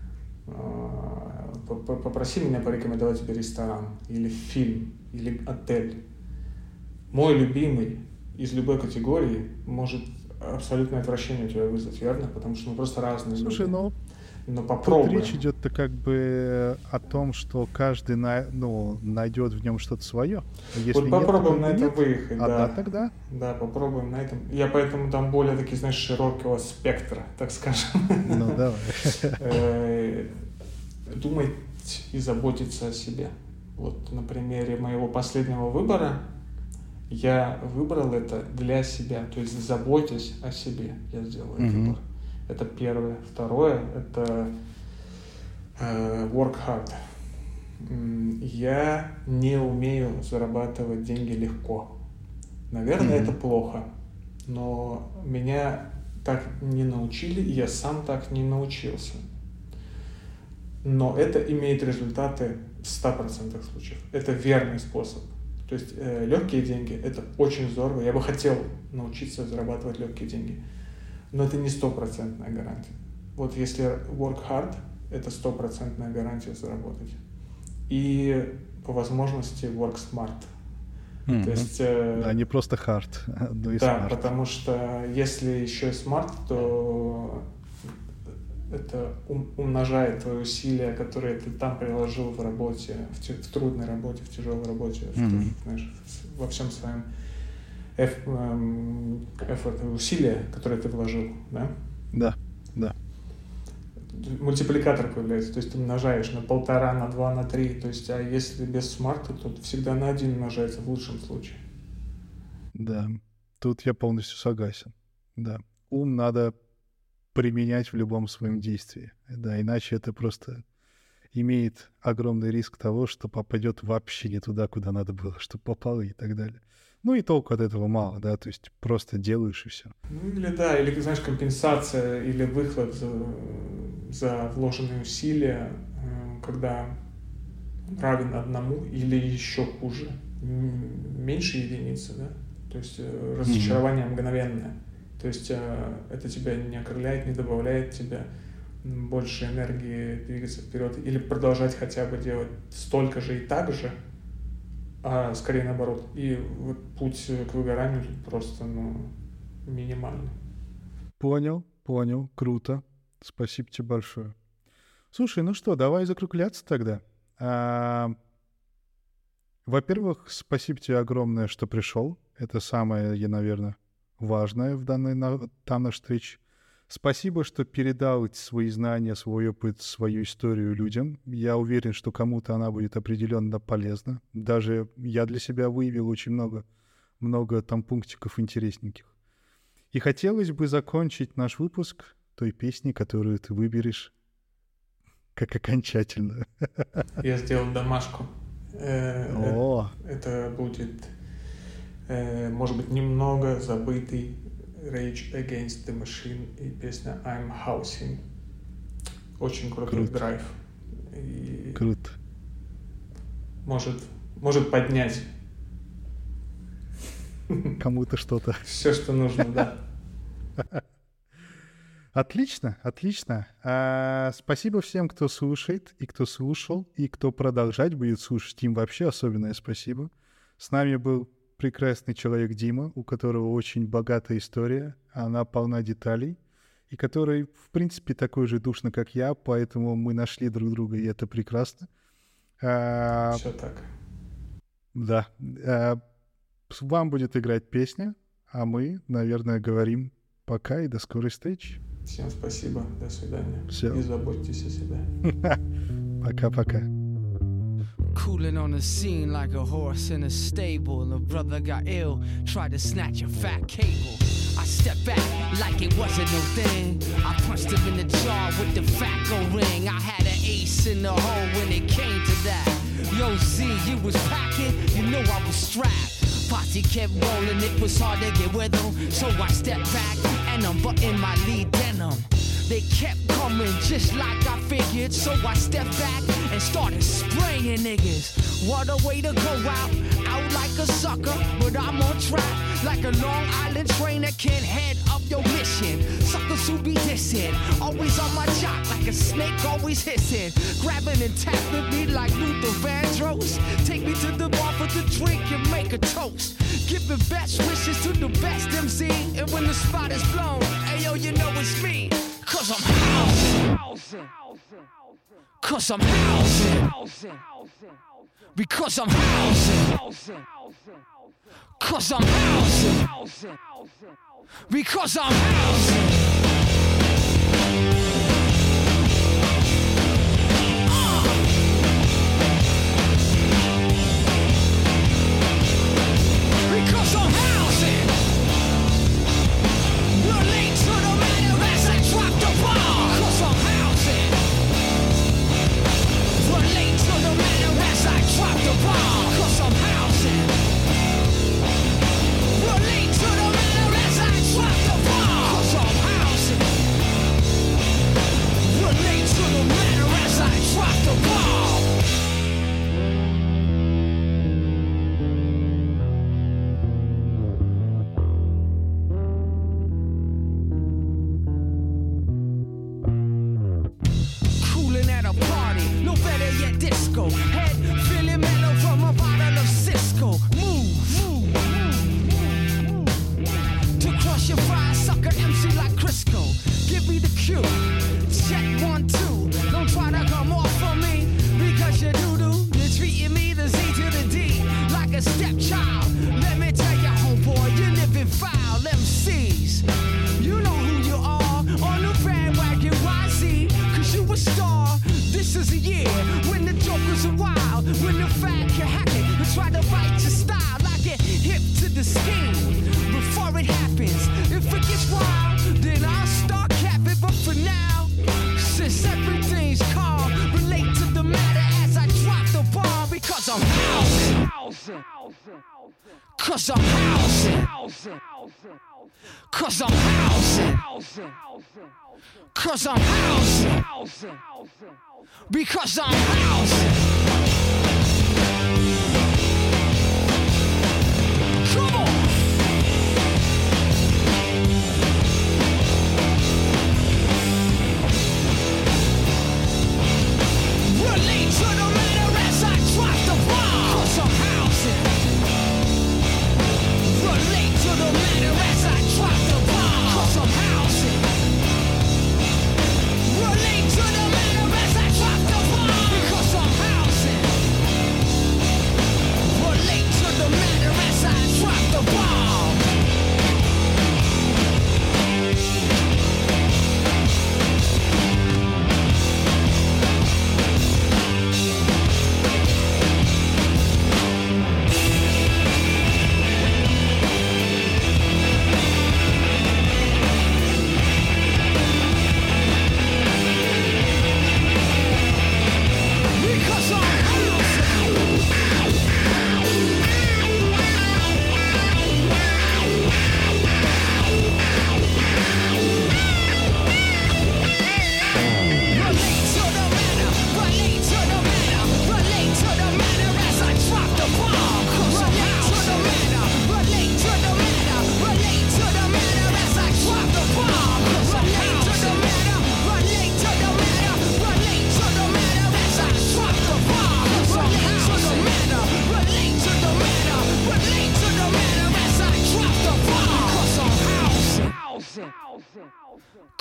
э, по- по- попроси меня порекомендовать тебе ресторан, или фильм, или отель. Мой любимый из любой категории может абсолютное отвращение у тебя вызвать, верно? Потому что мы просто разные Слушай, люди. ну, Но тут попробуем. речь идет-то как бы о том, что каждый на, ну, найдет в нем что-то свое. Если Вот нет, то попробуем как на бы этом нет. выехать, А да. да, тогда. Да, попробуем на этом. Я поэтому дам более такие, знаешь, широкого спектра, так скажем. Ну, давай. Э, Думать и заботиться о себе. Вот на примере моего последнего выбора я выбрал это для себя, то есть заботясь о себе, я сделал этот Мгм. выбор. Это первое. Второе – это э, work hard. М, Я не умею зарабатывать деньги легко. Наверное, Мгм. это плохо, но меня так не научили, и я сам так не научился. Но это имеет результаты в ста процентах случаев. Это верный способ. То есть э, легкие деньги – это очень здорово. Я бы хотел научиться зарабатывать легкие деньги. Но это не стопроцентная гарантия. Вот если work hard – это стопроцентная гарантия заработать. И по возможности work smart. Мгм. То есть, э, Да, не просто hard, но и да, smart. потому что если еще и smart, то это ум- умножает твои усилия, которые ты там приложил в работе, в, те- в трудной работе, в тяжелой работе, в- Мгм. в- знаешь, в- во всем своем эф- эм, effort, усилия, которые ты вложил, да? Да, да. Мультипликатор появляется, то есть ты умножаешь на полтора, на два, на три, то есть, а если без смарта, то всегда на один умножается в лучшем случае. Да, тут я полностью согласен. Да, ум надо применять в любом своем действии. Да, иначе это просто имеет огромный риск того, что попадет вообще не туда, куда надо было, что попало и так далее. Ну и толку от этого мало, да, то есть просто делаешь и все. Ну или да, или, знаешь, компенсация или выхлоп за, за вложенные усилия, э, когда равен одному или еще хуже, м, меньше единицы, да? То есть э, разочарование мгновенное. То есть э, это тебя не окрыляет, не добавляет тебе м, больше энергии двигаться вперед или продолжать хотя бы делать столько же и так же, а скорее наоборот. И вот путь к выгоранию тут просто, ну, минимальный. Понял, понял, круто. Спасибо тебе большое. Слушай, ну что, давай закругляться тогда. А, Во-первых, спасибо тебе огромное, что пришел. Это самое, я, наверное, важное в данной на- данной встрече. Спасибо, что передал эти свои знания, свой опыт, свою историю людям. Я уверен, что кому-то она будет определенно полезна. Даже я для себя выявил очень много, много там пунктиков интересненьких. И хотелось бы закончить наш выпуск той песней, которую ты выберешь как окончательно. Я сделал домашку. Э, О, Это будет, э, может быть, немного забытый Rage Against the Machine и песня I'm Housing. Очень крутой Круто. драйв. И круто. может, может поднять Кому-то что-то. все, что нужно, да. Отлично, отлично. А, спасибо всем, кто слушает, и кто слушал, и кто продолжать будет слушать. Им вообще особенное спасибо. С нами был прекрасный человек Дима, у которого очень богатая история, она полна деталей, и который, в принципе, такой же душный, как я, поэтому мы нашли друг друга, и это прекрасно. А, Все так. да. А, вам будет играть песня, а мы, наверное, говорим пока и до скорой встречи. Всем спасибо. До свидания. Всё. И заботьтесь о себе. Пока-пока. Cooling on the scene like a horse in a stable. A brother got ill, tried to snatch a fat cable. I stepped back like it wasn't no thing. I punched him in the jaw with the Fatco ring. I had an ace in the hole when it came to that. Yo, Z, you was packing, you know I was strapped. Posse kept rolling, it was hard to get with them. So I stepped back and unbuttoned my lead denim. They kept coming just like I figured. So I stepped back and started spraying niggas. What a way to go out, out like a sucker. But I'm on track like a Long Island train that can't head up your mission. Suckers who be dissing, always on my jock like a snake, always hissing. Grabbing and tapping me like Luther Vandross. Take me to the bar for the drink and make a toast. Giving best wishes to the best M C. And when the spot is blown, ayo, you know it's me. Cause I'm housing. Cause I'm housing. Because I'm housing. Cause I'm housing. Because I'm housing. Uh. Because I'm housing. Relate to the matter as I drop the ball. Cause I'm housing. Relate to the matter as I drop the ball. Cause I'm housing. Relate to the matter as I drop the ball. Cause I'm housing. Relate to the matter as I drop the ball. Cooling at a party, no better yet disco. Head feeling mellow from a bottle of Cisco. Move, move, move, move. To crush your fries, sucker M C like Crisco. Give me the cue. Check one, two. Don't try to come off for me because you doo-doo. You're treating me the Z to the D like a stepchild. Let me tell you, homeboy, you live in foul M Cs. You know who you are on the bandwagon Y Z. Cause you a star. This is a year when the jokers are wild. When the fat can hack it and try to bite your style. I get hip to the scheme before it happens. If it gets wild, then I'll start capping. But for now, since everything's calm, relate to the matter as I drop the ball. Because I'm housing. Cause I'm housing. Cause I'm housing. Cause I'm housing. Because I'm housing. Come on. Relate to the matter as I drop the ball. Cause I'm housing. Relate to the matter as I drop the ball. Cause I'm housing. Relate to the matter as I drop the ball. Because I'm housing.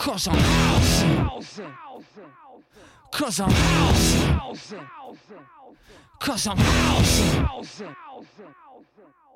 Cause I'm housing. Cause I'm housing. Cause I'm housing.